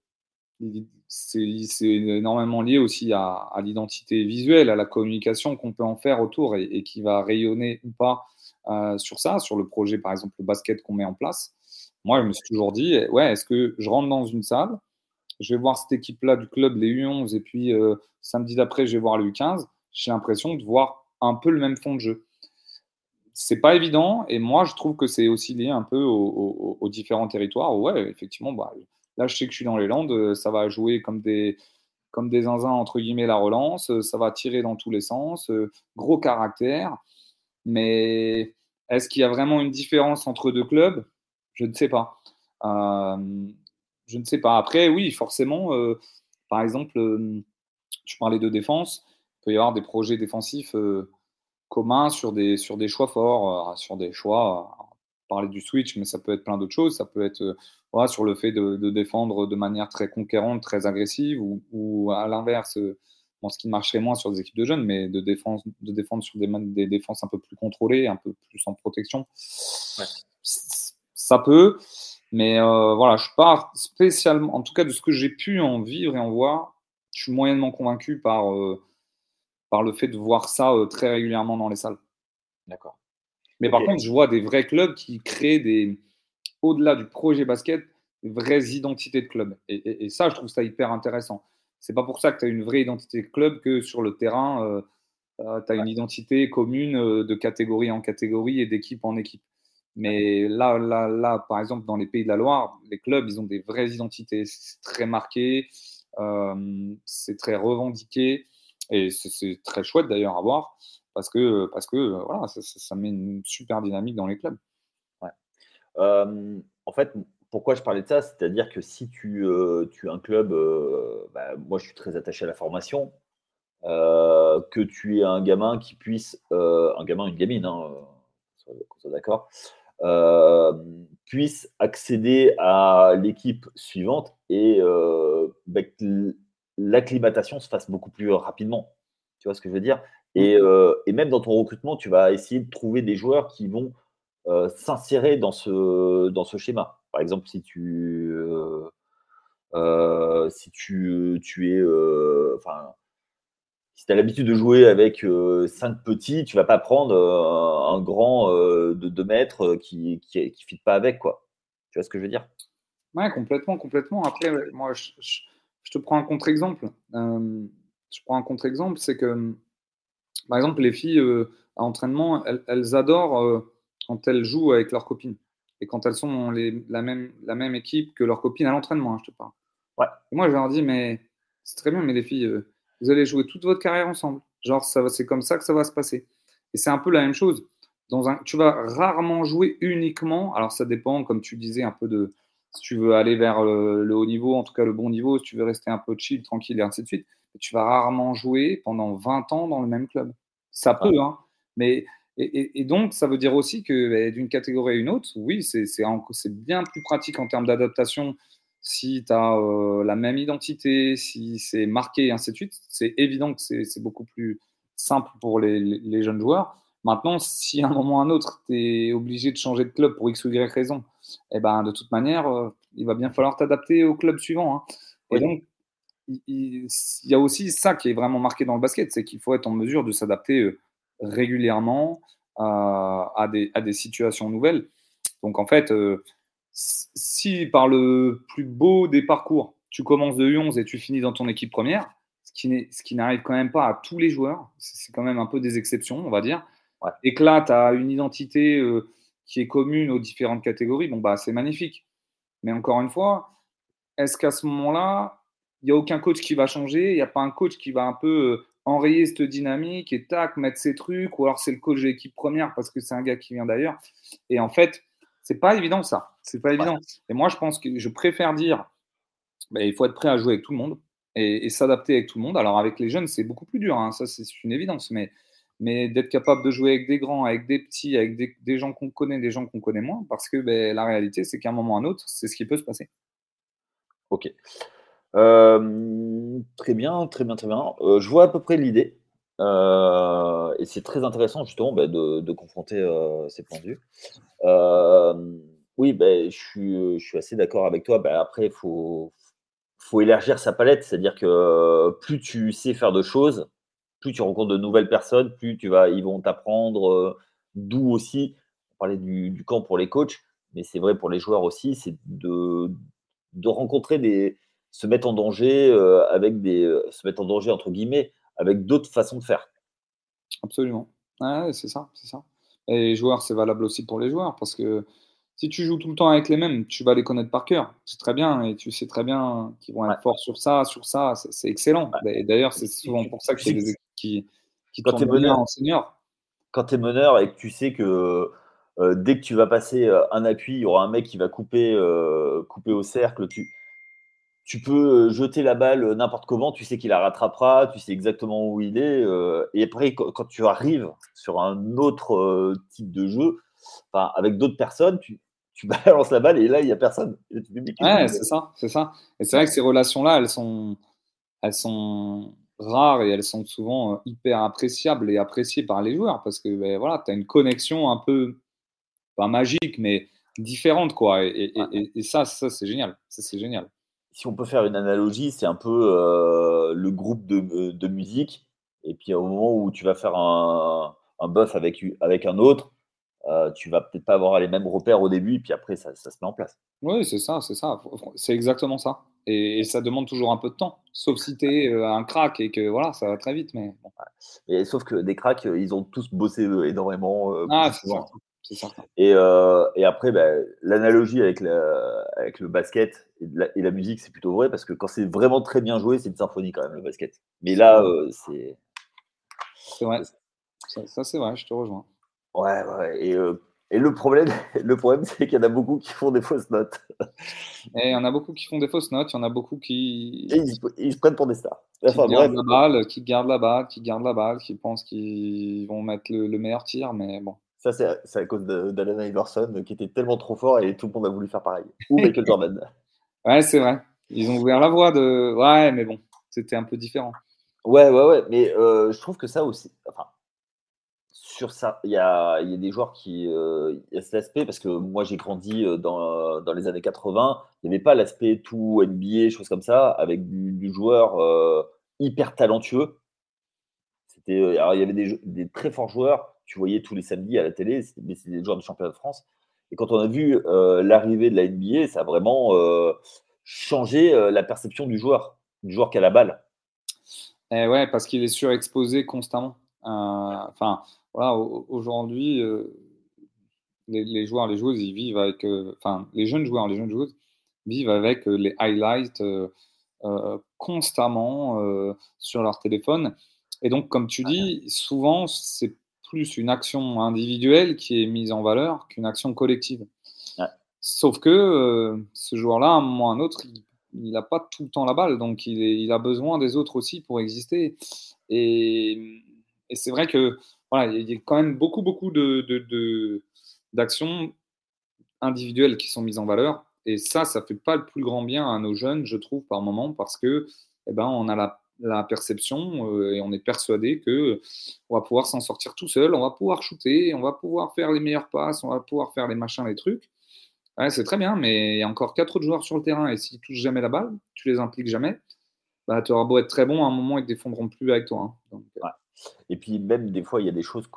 Speaker 1: c'est énormément lié aussi à l'identité visuelle, à la communication qu'on peut en faire autour et qui va rayonner ou pas sur ça, sur le projet, par exemple, le basket qu'on met en place. Moi, je me suis toujours dit, ouais, est-ce que je rentre dans une salle, je vais voir cette équipe-là du club, les U11, et puis samedi d'après, je vais voir les U15. J'ai l'impression de voir un peu le même fond de jeu. C'est pas évident, et moi, je trouve que c'est aussi lié un peu aux différents territoires. Ouais, effectivement, bah, là, je sais que je suis dans les Landes, ça va jouer comme des zinzins, entre guillemets, la relance, ça va tirer dans tous les sens, gros caractère. Mais est-ce qu'il y a vraiment une différence entre deux clubs? Je ne sais pas. Euh, je ne sais pas. Après, oui, forcément, par exemple, tu parlais de défense, il peut y avoir des projets défensifs communs sur des choix forts, sur des choix. Parler du switch, mais ça peut être plein d'autres choses. Ça peut être voilà, sur le fait de défendre de manière très conquérante, très agressive, ou à l'inverse, bon, ce qui marcherait moins sur des équipes de jeunes, mais de défendre sur des défenses un peu plus contrôlées, un peu plus en protection.
Speaker 2: Ouais.
Speaker 1: Ça peut, mais voilà, je suis pas spécialement, en tout cas de ce que j'ai pu en vivre et en voir, je suis moyennement convaincu par le fait de voir ça très régulièrement dans les salles.
Speaker 2: D'accord.
Speaker 1: Mais
Speaker 2: Ok.
Speaker 1: par contre, je vois des vrais clubs qui créent au-delà du projet basket, des vraies identités de club. Et ça, je trouve ça hyper intéressant. C'est pas pour ça que tu as une vraie identité de club que sur le terrain, tu as une identité commune de catégorie en catégorie et d'équipe en équipe. Mais là, par exemple, dans les Pays de la Loire, les clubs, ils ont des vraies identités. C'est très marqué, c'est très revendiqué, et c'est très chouette d'ailleurs à voir parce que voilà, ça met une super dynamique dans les clubs.
Speaker 2: Ouais. En fait, pourquoi je parlais de ça? C'est-à-dire que si tu as un club, bah, moi je suis très attaché à la formation, que tu es un gamin qui puisse, un gamin, une gamine, hein, qu'on soit d'accord, puisse accéder à l'équipe suivante et bah, que l'acclimatation se fasse beaucoup plus rapidement. Tu vois ce que je veux dire?
Speaker 1: Mmh.
Speaker 2: Et même dans ton recrutement, tu vas essayer de trouver des joueurs qui vont s'insérer dans ce schéma. Par exemple, si tu es, enfin, si tu as l'habitude de jouer avec 5 petits, tu vas pas prendre un grand de 2 mètres qui fit pas avec, quoi. Tu vois ce que je veux dire?
Speaker 1: Ouais, complètement, complètement. Après, ouais, moi, je te prends un contre-exemple. Je prends un contre-exemple, c'est que, par exemple, les filles à entraînement, elles adorent quand elles jouent avec leurs copines et quand elles sont dans la même équipe que leurs copines à l'entraînement, hein, je te parle.
Speaker 2: Ouais,
Speaker 1: Et moi, je leur dis, mais c'est très bien, mais les filles, vous allez jouer toute votre carrière ensemble. Genre, c'est comme ça que ça va se passer. Et c'est un peu la même chose. Tu vas rarement jouer uniquement. Alors, ça dépend, comme tu disais, un peu de si tu veux aller vers le haut niveau, en tout cas le bon niveau, si tu veux rester un peu chill, tranquille et ainsi de suite. Mais tu vas rarement jouer pendant 20 ans dans le même club. Ça
Speaker 2: ouais,
Speaker 1: peut, hein. Mais, et donc, ça veut dire aussi que d'une catégorie à une autre, oui, c'est bien plus pratique en termes d'adaptation si tu as la même identité, si c'est marqué et ainsi de suite. C'est évident que c'est beaucoup plus simple pour les jeunes joueurs. Maintenant, si à un moment ou à un autre, tu es obligé de changer de club pour X ou Y raison, eh ben, de toute manière, il va bien falloir t'adapter au club suivant, hein. Et
Speaker 2: oui,
Speaker 1: donc, il y a aussi ça qui est vraiment marqué dans le basket, c'est qu'il faut être en mesure de s'adapter régulièrement à des situations nouvelles. Donc en fait, si par le plus beau des parcours, tu commences de U11 et tu finis dans ton équipe première, ce qui n'arrive quand même pas à tous les joueurs, c'est quand même un peu des exceptions, on va dire,
Speaker 2: ouais,
Speaker 1: et que là, tu as une identité qui est commune aux différentes catégories, bon, bah, c'est magnifique. Mais encore une fois, est-ce qu'à ce moment-là, il n'y a aucun coach qui va changer? Il n'y a pas un coach qui va un peu enrayer cette dynamique et tac, mettre ses trucs? Ou alors c'est le coach de l'équipe première parce que c'est un gars qui vient d'ailleurs. Et en fait, c'est pas évident ça. C'est pas
Speaker 2: ouais.
Speaker 1: évident. Et moi, je pense que je préfère dire bah, il faut être prêt à jouer avec tout le monde et s'adapter avec tout le monde. Alors avec les jeunes, c'est beaucoup plus dur, hein, ça c'est une évidence. Mais d'être capable de jouer avec des grands, avec des petits, avec des gens qu'on connaît, des gens qu'on connaît moins, parce que ben, la réalité, c'est qu'à un moment ou à un autre, c'est ce qui peut se passer.
Speaker 2: OK. Très bien, très bien, très bien. Je vois à peu près l'idée. Et c'est très intéressant justement de confronter ces points de vue. Oui, je suis assez d'accord avec toi. Après, faut élargir sa palette, c'est-à-dire que plus tu sais faire de choses, plus tu rencontres de nouvelles personnes, ils vont t'apprendre, d'où aussi, on parlait du camp pour les coachs, mais c'est vrai pour les joueurs aussi, c'est de rencontrer se mettre en danger se mettre en danger entre guillemets avec d'autres façons de faire.
Speaker 1: Absolument. Ouais, c'est ça, c'est ça. Et les joueurs, c'est valable aussi pour les joueurs parce que si tu joues tout le temps avec les mêmes, tu vas les connaître par cœur. C'est très bien et tu sais très bien qu'ils vont
Speaker 2: Ouais,
Speaker 1: être forts sur ça, c'est excellent.
Speaker 2: ouais.
Speaker 1: Et d'ailleurs,
Speaker 2: Et
Speaker 1: c'est
Speaker 2: puis
Speaker 1: souvent pour ça
Speaker 2: tu
Speaker 1: qu'il
Speaker 2: sais
Speaker 1: y a
Speaker 2: que
Speaker 1: des équipes qui
Speaker 2: quand tu es
Speaker 1: tournent bien
Speaker 2: meneur
Speaker 1: en senior.
Speaker 2: quand tu es meneur et que tu sais que, dès que tu vas passer, un appui, il y aura un mec qui va couper au cercle, tu peux, jeter la balle, n'importe comment, tu sais qu'il la rattrapera, tu sais exactement où il est, et après quand tu arrives sur un autre, type de jeu, enfin avec d'autres personnes, tu balances la balle et là, il y a personne. Et là, tu te dis: «Mais qu'est-ce que
Speaker 1: Ouais,
Speaker 2: je fais?»
Speaker 1: c'est ça, c'est ça. Et c'est vrai que ces relations-là, elles sont rares et elles sont souvent, hyper appréciables et appréciées par les joueurs parce que, voilà, tu as une connexion un peu, pas magique, mais différente, quoi. Et ça, c'est génial. Ça, c'est génial.
Speaker 2: Si on peut faire une analogie, c'est un peu, le groupe de musique et puis au moment où tu vas faire un bœuf avec un autre, tu vas peut-être pas avoir les mêmes repères au début, puis après ça se met en place.
Speaker 1: Oui, c'est ça, c'est ça. C'est exactement ça. Et ça demande toujours un peu de temps, sauf si tu es, un crack et que voilà, ça va très vite, mais bon.
Speaker 2: Et sauf que des cracks, ils ont tous bossé, énormément,
Speaker 1: Ah, c'est
Speaker 2: souvent.
Speaker 1: certain, c'est certain.
Speaker 2: Et après, l'analogie avec le basket et la musique, c'est plutôt vrai parce que quand c'est vraiment très bien joué, c'est une symphonie quand même le basket. Mais
Speaker 1: C'est
Speaker 2: là,
Speaker 1: vrai,
Speaker 2: c'est
Speaker 1: c'est vrai. Ça, c'est vrai, je te rejoins.
Speaker 2: ouais, ouais et le problème le problème, c'est qu'il y en a beaucoup qui font des fausses notes
Speaker 1: Et il y en a beaucoup qui font des fausses notes, il y en a beaucoup
Speaker 2: et ils se prennent pour des stars.
Speaker 1: qui
Speaker 2: Enfin
Speaker 1: gardent
Speaker 2: bref,
Speaker 1: la balle, qui pensent qu'ils vont mettre le meilleur tir, mais bon.
Speaker 2: ça c'est à cause d'Allen Iverson, qui était tellement trop fort et tout le monde a voulu faire pareil. Ou Michael Jordan.
Speaker 1: Ouais, c'est vrai. Ils ont ouvert la voie de ouais, mais bon, c'était un peu différent.
Speaker 2: Ouais, ouais, ouais, mais je trouve que ça aussi enfin, sur ça, il y a des joueurs il y a cet aspect parce que moi j'ai grandi, dans les années 80, il n'y avait pas l'aspect tout NBA, choses comme ça, avec du joueur, hyper talentueux. Alors il y avait des très forts joueurs, tu voyais tous les samedis à la télé, c'était des joueurs du championnat de France et quand on a vu, l'arrivée de la NBA, ça a vraiment, changé, la perception du joueur qui a la balle.
Speaker 1: Et ouais, parce qu'il est surexposé constamment. Enfin, voilà, aujourd'hui, les joueurs, les joueuses, ils vivent avec, enfin, les jeunes joueurs, les jeunes joueuses vivent avec, les highlights, constamment, sur leur téléphone. Et donc, comme tu dis, souvent, c'est plus une action individuelle qui est mise en valeur qu'une action collective.
Speaker 2: Ouais.
Speaker 1: Sauf que, ce joueur-là, à un moment ou à un autre, il a pas tout le temps la balle, donc il a besoin des autres aussi pour exister. Et et c'est vrai que, voilà, il y a quand même beaucoup, beaucoup d'actions individuelles qui sont mises en valeur. Et ça fait pas le plus grand bien à nos jeunes, je trouve, par moment, parce que, eh ben, on a la perception, et on est persuadé que on va pouvoir s'en sortir tout seul, on va pouvoir shooter, on va pouvoir faire les meilleures passes, on va pouvoir faire les machins, les trucs. Ouais, c'est très bien, mais il y a encore 4 autres joueurs sur le terrain et s'ils touchent jamais la balle, tu les impliques jamais, bah, tu auras beau être très bon, à un moment, ils ne défendront plus avec toi, hein. Donc,
Speaker 2: Ouais. Et puis même des fois, il y a des choses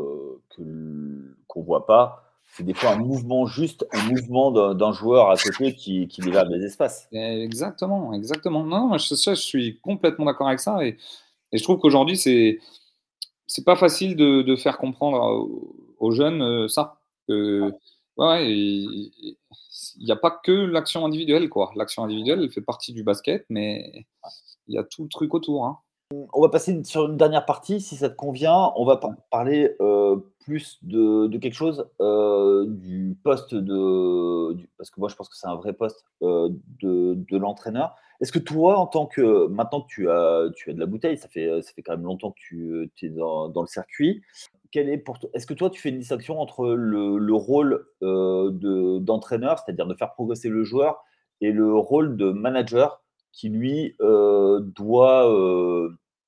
Speaker 2: qu'on voit pas. C'est des fois un mouvement d'un joueur à côté qui libère des espaces.
Speaker 1: exactement, exactement. Non, moi, je suis complètement d'accord avec ça et je trouve qu'aujourd'hui, c'est pas facile de faire comprendre aux jeunes, ça. Ouais, ouais, il y a pas que l'action individuelle, quoi. L'action individuelle, elle fait partie du basket, mais il y a tout le truc autour, hein.
Speaker 2: On va passer sur une dernière partie, si ça te convient. On va parler plus de quelque chose, du poste parce que moi je pense que c'est un vrai poste de l'entraîneur. Est-ce que toi, maintenant que tu as de la bouteille, ça fait quand même longtemps que tu es dans le circuit. Est-ce que toi, tu fais une distinction entre le rôle d'entraîneur, c'est-à-dire de faire progresser le joueur, et le rôle de manager qui lui doit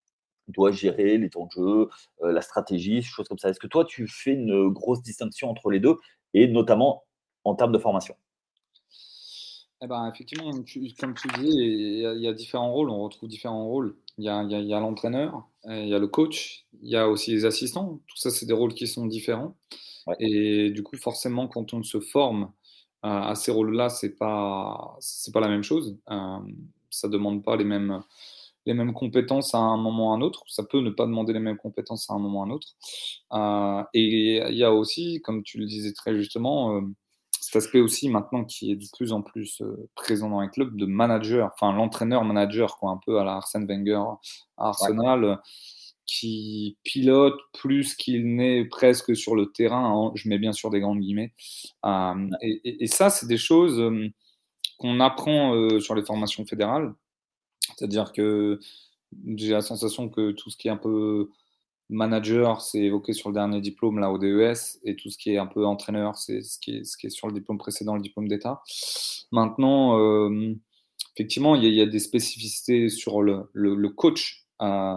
Speaker 2: doit gérer les temps de jeu, la stratégie, choses comme ça. Est-ce que toi, tu fais une grosse distinction entre les 2 et notamment en termes de formation?
Speaker 1: Eh ben, effectivement, comme tu dis, il y a différents rôles, on retrouve différents rôles. Il y a l'entraîneur, il y a le coach, il y a aussi les assistants. Tout ça, c'est des rôles qui sont différents
Speaker 2: Ouais,
Speaker 1: et du coup, forcément, quand on se forme, à ces rôles-là, c'est pas la même chose. Ça demande pas les mêmes compétences à un moment ou à un autre. Ça peut ne pas demander les mêmes compétences à un moment ou à un autre. Et il y a aussi, comme tu le disais très justement, cet aspect aussi maintenant qui est de plus en plus présent dans les clubs de manager, enfin l'entraîneur-manager, quoi, un peu à la Arsène Wenger à
Speaker 2: ouais,
Speaker 1: Arsenal, qui pilote plus qu'il n'est presque sur le terrain, hein, je mets bien sûr des grandes guillemets.
Speaker 2: ouais.
Speaker 1: Et ça, c'est des choses qu'on apprend sur les formations fédérales. C'est-à-dire que j'ai la sensation que tout ce qui est un peu manager, c'est évoqué sur le dernier diplôme, là, au DES, et tout ce qui est un peu entraîneur, c'est ce qui est sur le diplôme précédent, le diplôme d'État. Maintenant, effectivement, il y a des spécificités sur le coach,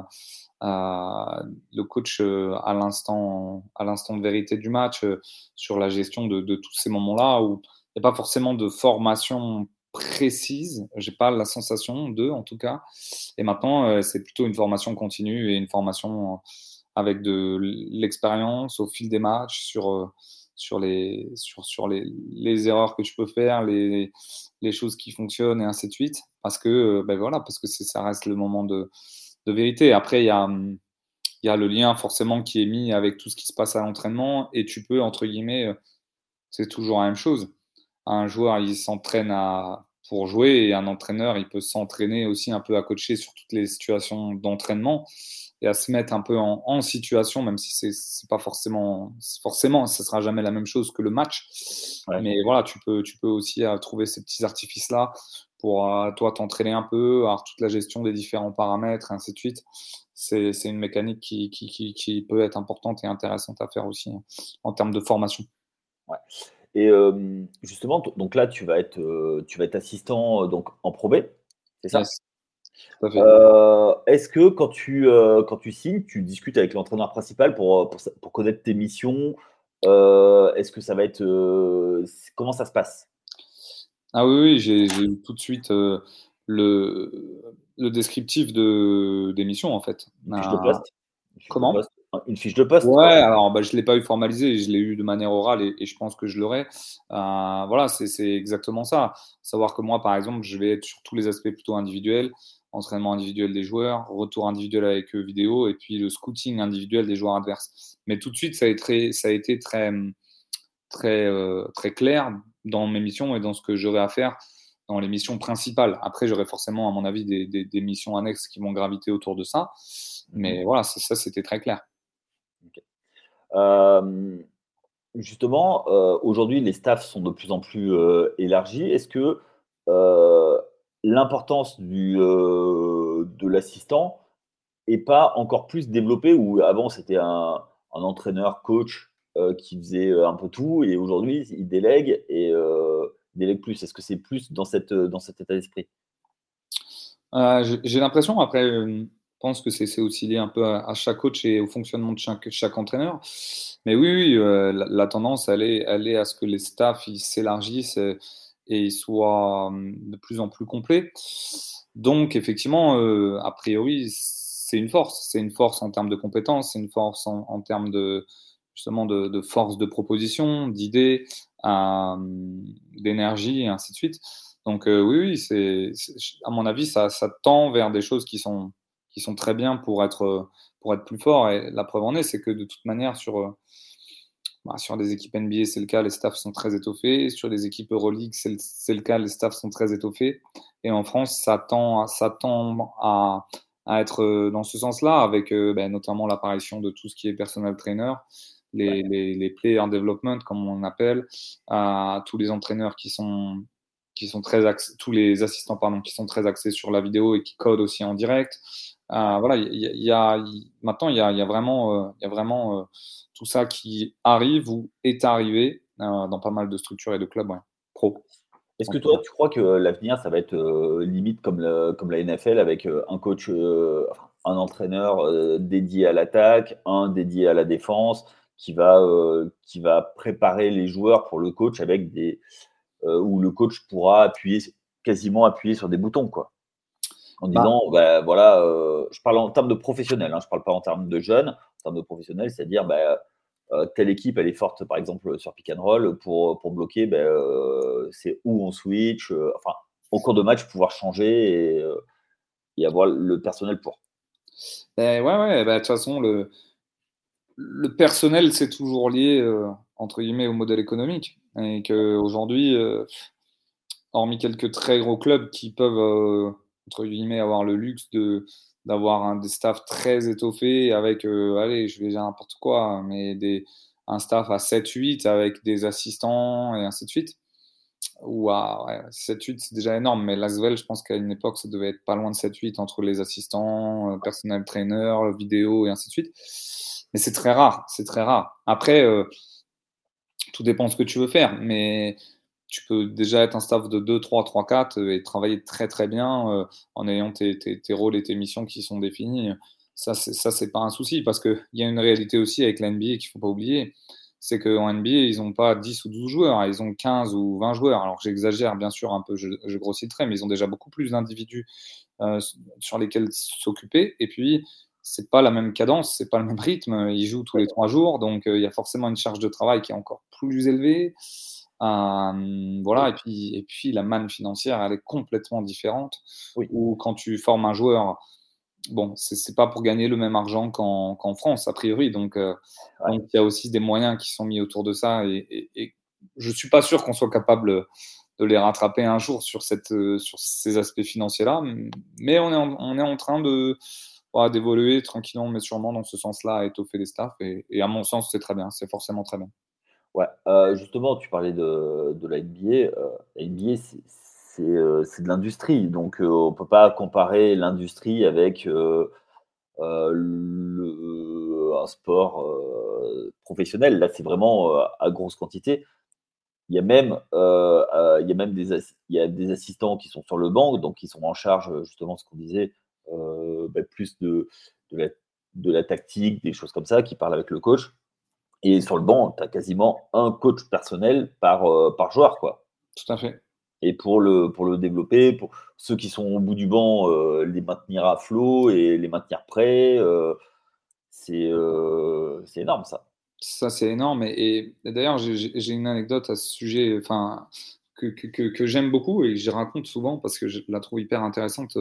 Speaker 1: le coach à l'instant de vérité du match, sur la gestion de tous ces moments-là où il n'y a pas forcément de formation précise. J'ai pas la sensation de, en tout cas. Et maintenant, c'est plutôt une formation continue et une formation avec de l'expérience au fil des matchs sur les erreurs que tu peux faire, les choses qui fonctionnent et ainsi de suite. Parce que, ben voilà, parce que ça reste le moment de vérité. Après, il y a le lien forcément qui est mis avec tout ce qui se passe à l'entraînement et tu peux, entre guillemets, c'est toujours la même chose. Un joueur, il s'entraîne pour jouer et un entraîneur, il peut s'entraîner aussi un peu à coacher sur toutes les situations d'entraînement et à se mettre un peu en situation, même si c'est pas forcément, ça sera jamais la même chose que le match.
Speaker 2: Ouais.
Speaker 1: Mais voilà, tu peux aussi trouver ces petits artifices-là pour toi t'entraîner un peu, avoir toute la gestion des différents paramètres et ainsi de suite. C'est une mécanique qui peut être importante et intéressante à faire aussi hein, en termes de formation.
Speaker 2: Ouais. Et justement, donc là, tu vas être assistant, donc en Pro B, c'est ça?
Speaker 1: Yes, tout à fait.
Speaker 2: Est-ce que quand tu signes, tu discutes avec l'entraîneur principal pour connaître tes missions? Est-ce que ça va être, comment ça se passe?
Speaker 1: Ah oui, oui, j'ai eu tout de suite le descriptif des missions en fait.
Speaker 2: Une fiche de poste? Une fiche de
Speaker 1: Comment?
Speaker 2: poste? Une fiche de poste,
Speaker 1: Ouais,
Speaker 2: quoi?
Speaker 1: alors bah, je ne l'ai pas eu formalisé, je l'ai eu de manière orale et je pense que je l'aurai. Voilà, c'est exactement ça. Savoir que moi, par exemple, je vais être sur tous les aspects plutôt individuels, entraînement individuel des joueurs, retour individuel avec eux vidéo et puis le scouting individuel des joueurs adverses. Mais tout de suite, ça a été très clair dans mes missions et dans ce que j'aurai à faire dans les missions principales. Après, j'aurai forcément, à mon avis, des missions annexes qui vont graviter autour de ça.
Speaker 2: Mmh.
Speaker 1: Mais voilà, ça, c'était très clair.
Speaker 2: OK. Hem, Justement, aujourd'hui, les staffs sont de plus en plus, élargis. Est-ce que, heu, l'importance de l'assistant est pas encore plus développée? Ou avant c'était un entraîneur coach, qui faisait, un peu tout, et aujourd'hui il délègue, et il délègue plus. Est-ce que c'est plus dans cet état d'esprit?
Speaker 1: J'ai l'impression, après, je pense que c'est aussi lié un peu à chaque coach et au fonctionnement de chaque entraîneur. Mais oui, oui, la tendance, elle est à ce que les staffs, ils s'élargissent et ils soient de plus en plus complets. Donc, effectivement, a priori, c'est une force. C'est une force en termes de compétences, c'est une force en termes justement, de force de proposition, d'idées, d'énergie et ainsi de suite. Donc oui, oui, à mon avis, ça tend vers des choses qui sont très bien pour être plus fort et la preuve en est, c'est que de toute manière sur des équipes NBA, c'est le cas, les staffs sont très étoffés. Sur les équipes Euroleague, c'est le cas, les staffs sont très étoffés. Et en France, ça tend à être dans ce sens-là, avec notamment l'apparition de tout ce qui est personal trainer,
Speaker 2: Ouais.
Speaker 1: les player development, comme on appelle, tous les entraîneurs qui sont tous les assistants pardon, qui sont très axés sur la vidéo et qui codent aussi en direct. Voilà, maintenant il y a vraiment tout ça qui arrive ou est arrivé dans pas mal de structures et de clubs ouais, pro.
Speaker 2: Est-ce que toi, tu crois que l'avenir, ça va être limite comme la NFL avec un coach, enfin, un entraîneur dédié à l'attaque, un dédié à la défense, qui va préparer les joueurs pour le coach avec où le coach pourra quasiment appuyer sur des boutons, quoi. En
Speaker 1: Bah,
Speaker 2: disant, bah, voilà, je parle en termes de professionnels, hein, je parle pas en termes de jeunes, en termes de professionnels, c'est-à-dire, bah, telle équipe, elle est forte, par exemple, sur pick and roll, pour bloquer, bah, c'est où on switch, enfin, au cours de match, pouvoir changer et avoir le personnel pour.
Speaker 1: ouais, ouais, bah, de toute façon, le personnel, c'est toujours lié, entre guillemets, «au modèle économique» et qu'aujourd'hui, hormis quelques très gros clubs qui peuvent, entre guillemets, avoir le luxe d'avoir des staffs très étoffés avec, allez, je vais dire n'importe quoi, hein, mais un staff à 7-8 avec des assistants et ainsi de suite. Ou à ouais, 7-8, c'est déjà énorme, mais l'Asvel, je pense qu'à une époque, ça devait être pas loin de 7-8 entre les assistants, personnel trainer, vidéo et ainsi de suite. Mais c'est très rare, c'est très rare. Après, tout dépend de ce que tu veux faire, mais tu peux déjà être un staff de 2, 3, 3, 4 et travailler très très bien en ayant tes rôles et tes missions qui sont définis. Ça, c'est pas un souci parce qu'il y a une réalité aussi avec la NBA qu'il faut pas oublier. C'est qu'en NBA, ils n'ont pas 10 ou 12 joueurs, ils ont 15 ou 20 joueurs. Alors j'exagère bien sûr un peu, je grossis le trait, mais ils ont déjà beaucoup plus d'individus euh, sur lesquels s'occuper. Et puis, c'est pas la même cadence, c'est pas le même rythme. Ils jouent tous les 3 jours, donc il y a forcément une charge de travail qui est encore plus élevée. Voilà, et puis la manne financière, elle est complètement différente.
Speaker 2: Oui,
Speaker 1: Ou quand tu formes un joueur, bon, c'est pas pour gagner le même argent qu'en France, a priori.
Speaker 2: ouais.
Speaker 1: Donc il y a aussi des moyens qui sont mis autour de ça. Et je suis pas sûr qu'on soit capable de les rattraper un jour sur ces aspects financiers-là. Mais on est en train voilà, d'évoluer tranquillement, mais sûrement dans ce sens-là, à étoffer les staffs. Et à mon sens, c'est très bien. C'est forcément très bien.
Speaker 2: Ouais, justement, tu parlais de la NBA, la NBA, c'est de l'industrie, donc on peut pas comparer l'industrie avec, un sport, professionnel. Là, c'est vraiment, à grosse quantité. Il y a des assistants qui sont sur le banc, donc qui sont en charge, justement, ce qu'on disait, bah, plus de la de la tactique, des choses comme ça, qui parlent avec le coach. Et sur le banc, tu as quasiment un coach personnel par joueur, quoi.
Speaker 1: Tout à fait.
Speaker 2: Et pour le développer, pour ceux qui sont au bout du banc, les maintenir à flot et les maintenir prêts, c'est énorme ça.
Speaker 1: Ça, c'est énorme. Et d'ailleurs, j'ai une anecdote à ce sujet, enfin, que j'aime beaucoup et que je raconte souvent parce que je la trouve hyper intéressante.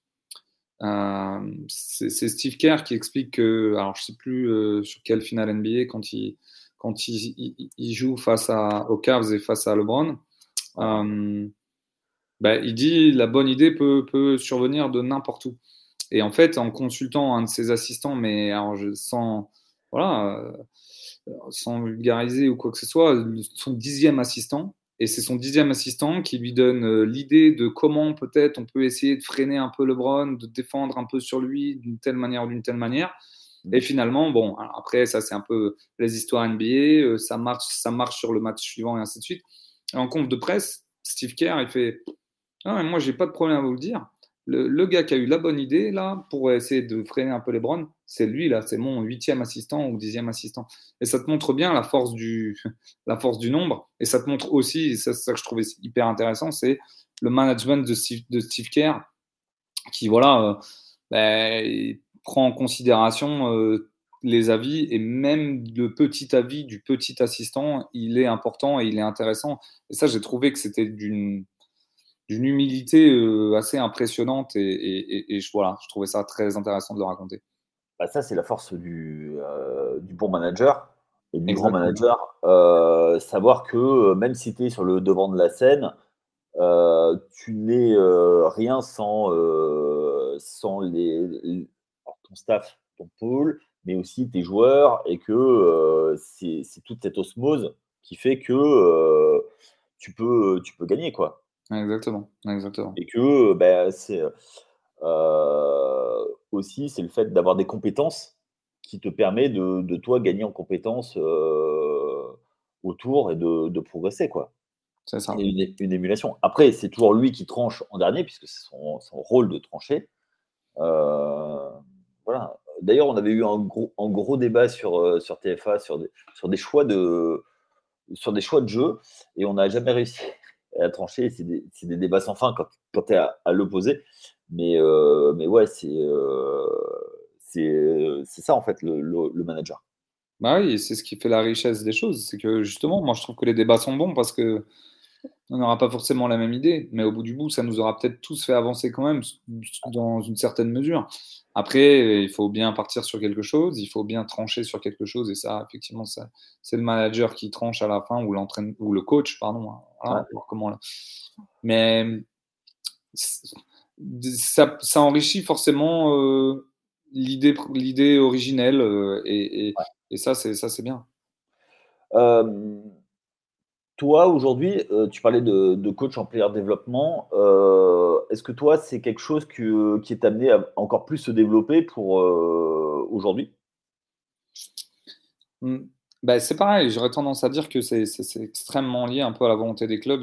Speaker 1: C'est Steve Kerr qui explique que, alors je sais plus sur quelle finale NBA, quand il joue aux Cavs et face à LeBron,
Speaker 2: Ouais.
Speaker 1: euh, bah, il dit la bonne idée peut survenir de n'importe où. Et en fait, en consultant un de ses assistants, mais alors voilà, sans vulgariser ou quoi que ce soit, son 10e assistant. Et c'est son 10e assistant qui lui donne l'idée de comment peut-être on peut essayer de freiner un peu LeBron, de défendre un peu sur lui d'une telle manière ou d'une telle manière.
Speaker 2: Mmh.
Speaker 1: Et finalement, bon, alors après, ça c'est un peu les histoires NBA, ça marche sur le match suivant et ainsi de suite. Et en conf de presse, Steve Kerr, il fait ah, mais moi, j'ai pas de problème à vous le dire. Le gars qui a eu la bonne idée, là, pour essayer de freiner un peu les Browns, c'est lui, là, c'est mon 8e assistant ou 10e assistant. Et ça te montre bien la force du nombre. Et ça te montre aussi, et c'est ça que je trouvais hyper intéressant, c'est le management de Steve Kerr, qui, voilà, il prend en considération les avis, et même le petit avis du petit assistant, il est important et il est intéressant. Et ça, j'ai trouvé que c'était d'une humilité assez impressionnante et voilà, je trouvais ça très intéressant de le raconter.
Speaker 2: Bah, ça, c'est la force du bon manager et du grand
Speaker 1: Exactement.
Speaker 2: manager, savoir que, même si tu es sur le devant de la scène, tu n'es, rien sans alors ton staff, ton pôle, mais aussi tes joueurs et que, c'est toute cette osmose qui fait que, tu peux gagner, quoi.
Speaker 1: Exactement, exactement.
Speaker 2: Et que, bah, aussi, c'est le fait d'avoir des compétences qui te permet toi gagner en compétences, autour et de progresser, quoi.
Speaker 1: C'est ça.
Speaker 2: et une émulation. Après, c'est toujours lui qui tranche en dernier, puisque c'est son rôle de trancher. Voilà. D'ailleurs, on avait eu un gros débat sur TF1 sur des choix de jeu, et on n'a jamais réussi à trancher. C'est des débats sans fin quand tu es à l'opposé. Mais ouais, c'est ça en fait le manager.
Speaker 1: Bah oui, c'est ce qui fait la richesse des choses. C'est que justement, moi je trouve que les débats sont bons parce que on n'aura pas forcément la même idée, mais au bout du bout, ça nous aura peut-être tous fait avancer quand même, dans une certaine mesure. Après, il faut bien partir sur quelque chose, il faut bien trancher sur quelque chose, et ça, effectivement, ça, c'est le manager qui tranche à la fin, ou l'entraîneur, ou le coach, pardon. Hein. Voilà, on
Speaker 2: Ouais.
Speaker 1: va voir comment là. Mais ça enrichit forcément l'idée originelle, et ça, c'est bien.
Speaker 2: Euh, Toi, aujourd'hui, tu parlais de coach en player développement. Est-ce que toi, c'est quelque chose qui est amené à encore plus se développer pour aujourd'hui?
Speaker 1: Mmh. Bah, c'est pareil, j'aurais tendance à dire que c'est extrêmement lié un peu à la volonté des clubs,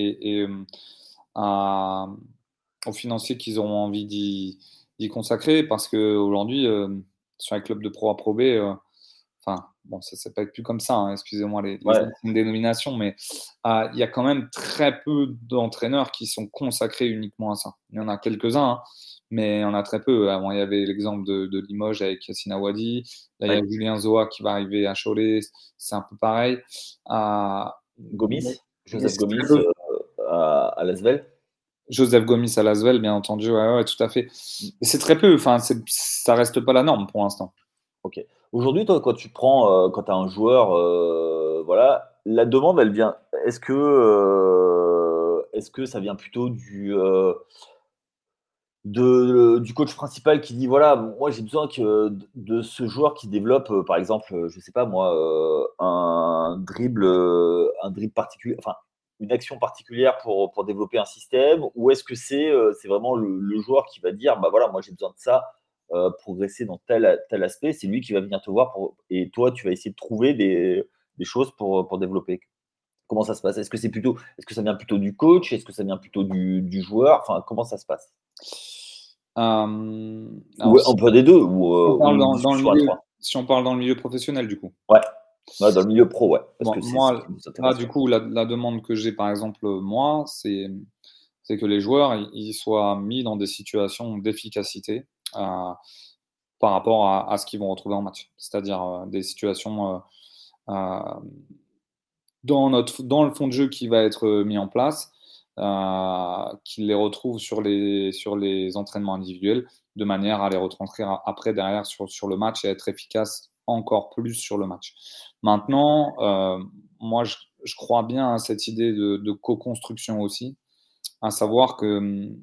Speaker 1: à aux financiers qu'ils auront envie d'y consacrer, parce qu'aujourd'hui, sur les clubs de Pro A, Pro B, enfin, bon, ça s'appelle plus comme ça, hein, excusez-moi les
Speaker 2: Ouais,
Speaker 1: anciennes dénominations, mais il y a quand même très peu d'entraîneurs qui sont consacrés uniquement à ça. Il y en a quelques-uns, hein, mais il y en a très peu. Avant, il y avait l'exemple de Limoges avec Yassine Awadi. Là, il y a
Speaker 2: ouais.
Speaker 1: Julien Zoa qui va arriver à Cholet, c'est un peu pareil.
Speaker 2: Gomis,
Speaker 1: Mais
Speaker 2: Joseph
Speaker 1: c'est très
Speaker 2: Gomis
Speaker 1: peu.
Speaker 2: à Lasvel.
Speaker 1: Joseph Gomis à Lasvel, bien entendu, ouais, ouais, tout à fait. Mais c'est très peu, enfin, ça reste pas la norme pour l'instant.
Speaker 2: Ok. Aujourd'hui, toi, quand tu as un joueur, voilà, la demande, elle vient. Est-ce que ça vient plutôt du coach principal qui dit voilà, moi j'ai besoin de ce joueur qui développe, par exemple, je sais pas moi, un dribble particulier, enfin une action particulière pour développer un système, ou est-ce que c'est vraiment le joueur qui va dire bah voilà, moi j'ai besoin de ça, progresser dans tel aspect, c'est lui qui va venir te voir et toi tu vas essayer de trouver des choses pour développer. Comment ça se passe? Est-ce que ça vient plutôt du coach? Est-ce que ça vient plutôt du joueur? Enfin, comment ça se passe?
Speaker 1: Alors,
Speaker 2: Ou un peu des deux,
Speaker 1: on
Speaker 2: ou
Speaker 1: parle
Speaker 2: une
Speaker 1: dans le
Speaker 2: discussion à
Speaker 1: milieu,
Speaker 2: trois.
Speaker 1: si on parle dans le milieu professionnel, du coup.
Speaker 2: Ouais. Ouais, dans le milieu pro, ouais, parce
Speaker 1: Bon,
Speaker 2: que c'est ce
Speaker 1: moi,
Speaker 2: qui nous
Speaker 1: là,
Speaker 2: intéresse.
Speaker 1: du
Speaker 2: Ouais.
Speaker 1: coup, la demande que j'ai, par exemple, moi, c'est que les joueurs, ils soient mis dans des situations d'efficacité, euh, par rapport à ce qu'ils vont retrouver en match. C'est-à-dire des situations euh, dans le fond de jeu qui va être mis en place, qu'ils les retrouvent sur les entraînements individuels, de manière à les retranscrire après, derrière, sur le match, et être efficace encore plus sur le match. Maintenant, moi, je crois bien à cette idée de co-construction aussi, à savoir que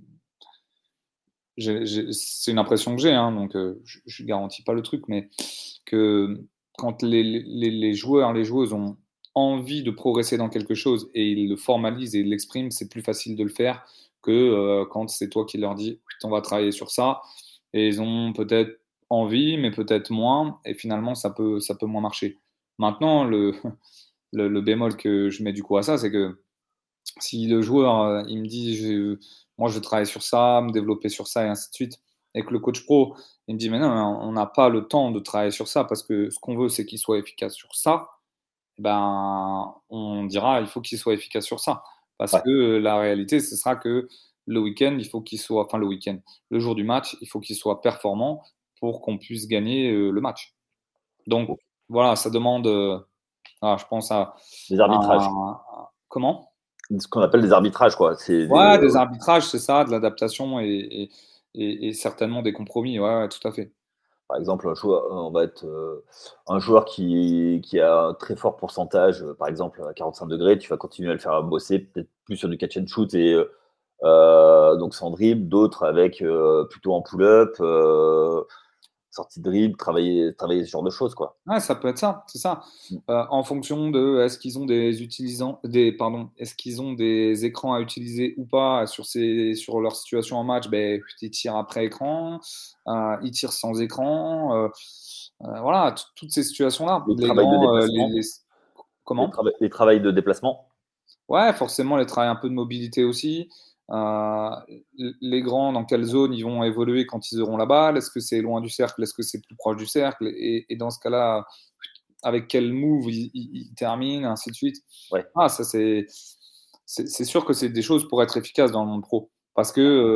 Speaker 1: c'est une impression que j'ai, hein, donc je ne garantis pas le truc, mais que quand les joueurs, les joueuses ont envie de progresser dans quelque chose et ils le formalisent et ils l'expriment, c'est plus facile de le faire que quand c'est toi qui leur dis on va travailler sur ça, et ils ont peut-être envie, mais peut-être moins, et finalement ça peut moins marcher. Maintenant, le bémol que je mets du coup à ça, c'est que si le joueur, il me dit, moi, je veux travailler sur ça, me développer sur ça, et ainsi de suite, et que le coach pro, il me dit, mais non, on n'a pas le temps de travailler sur ça, parce que ce qu'on veut, c'est qu'il soit efficace sur ça, ben, on dira, il faut qu'il soit efficace sur ça. Parce
Speaker 2: Ouais.
Speaker 1: que la réalité, ce sera que le week-end, il faut qu'il soit, enfin le week-end, le jour du match, il faut qu'il soit performant pour qu'on puisse gagner le match. Donc,
Speaker 2: Ok.
Speaker 1: voilà, ça demande, je pense
Speaker 2: Des arbitrages.
Speaker 1: comment?
Speaker 2: Ce qu'on appelle des arbitrages, quoi.
Speaker 1: Ouais, des arbitrages, c'est ça, de l'adaptation, et certainement des compromis. Ouais, ouais, tout à fait.
Speaker 2: Par exemple, on va être un joueur qui a un très fort pourcentage, par exemple à 45 degrés, tu vas continuer à le faire bosser, peut-être plus sur du catch and shoot et donc sans dribble, d'autres avec plutôt en pull-up, sortie de dribble, travailler ce genre de choses, quoi.
Speaker 1: Ouais, ça peut être ça, c'est ça.
Speaker 2: Mm.
Speaker 1: En fonction de est-ce qu'ils ont est-ce qu'ils ont des écrans à utiliser ou pas sur leur situation en match, ben, ils tirent après écran, ils tirent sans écran, voilà, toutes ces situations-là.
Speaker 2: Les
Speaker 1: Les
Speaker 2: travails de
Speaker 1: grands,
Speaker 2: déplacement,
Speaker 1: comment?
Speaker 2: les travails de déplacement.
Speaker 1: Ouais, forcément, les travails un peu de mobilité aussi. Les grands, dans quelle zone ils vont évoluer quand ils auront la balle? Est-ce que c'est loin du cercle? Est-ce que c'est plus proche du cercle? Et dans ce cas-là, avec quel move ils terminent, ainsi de suite.
Speaker 2: Ouais.
Speaker 1: Ça, c'est sûr que c'est des choses pour être efficace dans le monde pro. Parce que,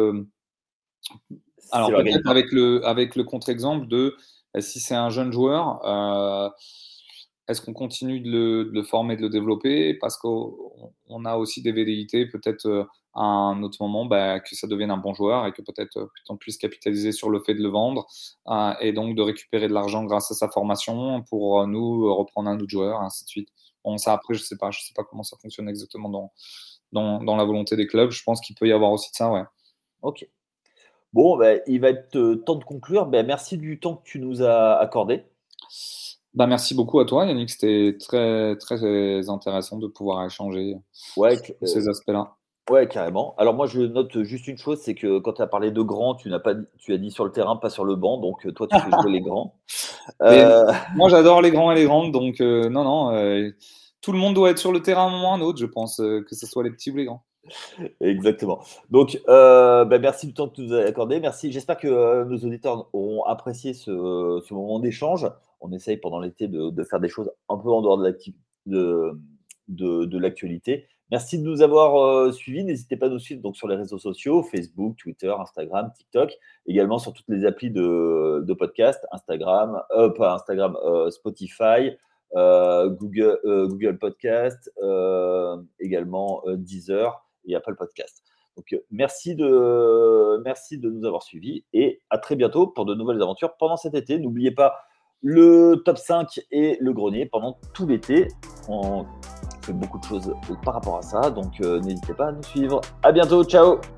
Speaker 2: C'est
Speaker 1: alors
Speaker 2: leur
Speaker 1: peut-être
Speaker 2: gagne-pain.
Speaker 1: avec le contre-exemple de si c'est un jeune joueur, est-ce qu'on continue de le former, de le développer? Parce qu'on a aussi des velléités, peut-être à un autre moment, que ça devienne un bon joueur et que peut-être on puisse capitaliser sur le fait de le vendre et donc de récupérer de l'argent grâce à sa formation pour nous reprendre un autre joueur, ainsi de suite. Bon, ça après, je sais pas comment ça fonctionne exactement dans la volonté des clubs. Je pense qu'il peut y avoir aussi de ça, ouais.
Speaker 2: Ok. Bon, bah, il va être temps de conclure. Bah, merci du temps que tu nous as accordé.
Speaker 1: Merci beaucoup à toi, Yannick. C'était très, très intéressant de pouvoir échanger
Speaker 2: Ouais,
Speaker 1: sur ces aspects-là.
Speaker 2: ouais, carrément. Alors moi, je note juste une chose, c'est que quand tu as parlé de grands, tu as dit sur le terrain, pas sur le banc. Donc toi, tu fais jouer les grands.
Speaker 1: Mais
Speaker 2: Euh,
Speaker 1: moi, j'adore les grands et les grandes, donc non, non, tout le monde doit être sur le terrain à un moment ou à un autre, je pense, que ce soit les petits ou les grands.
Speaker 2: Exactement. Donc, bah, merci du temps que tu nous as accordé. Merci. J'espère que nos auditeurs auront apprécié ce moment d'échange. On essaye pendant l'été de faire des choses un peu en dehors de, de l'actualité. Merci de nous avoir suivis. N'hésitez pas à nous suivre donc, sur les réseaux sociaux, Facebook, Twitter, Instagram, TikTok, également sur toutes les applis de podcast, Instagram, pas Instagram, Spotify, Google Podcast, également Deezer et Apple Podcast. Donc, merci de nous avoir suivis et à très bientôt pour de nouvelles aventures pendant cet été. N'oubliez pas le top 5 et le grenier pendant tout l'été. On fait beaucoup de choses par rapport à ça, donc n'hésitez pas à nous suivre. À bientôt, ciao!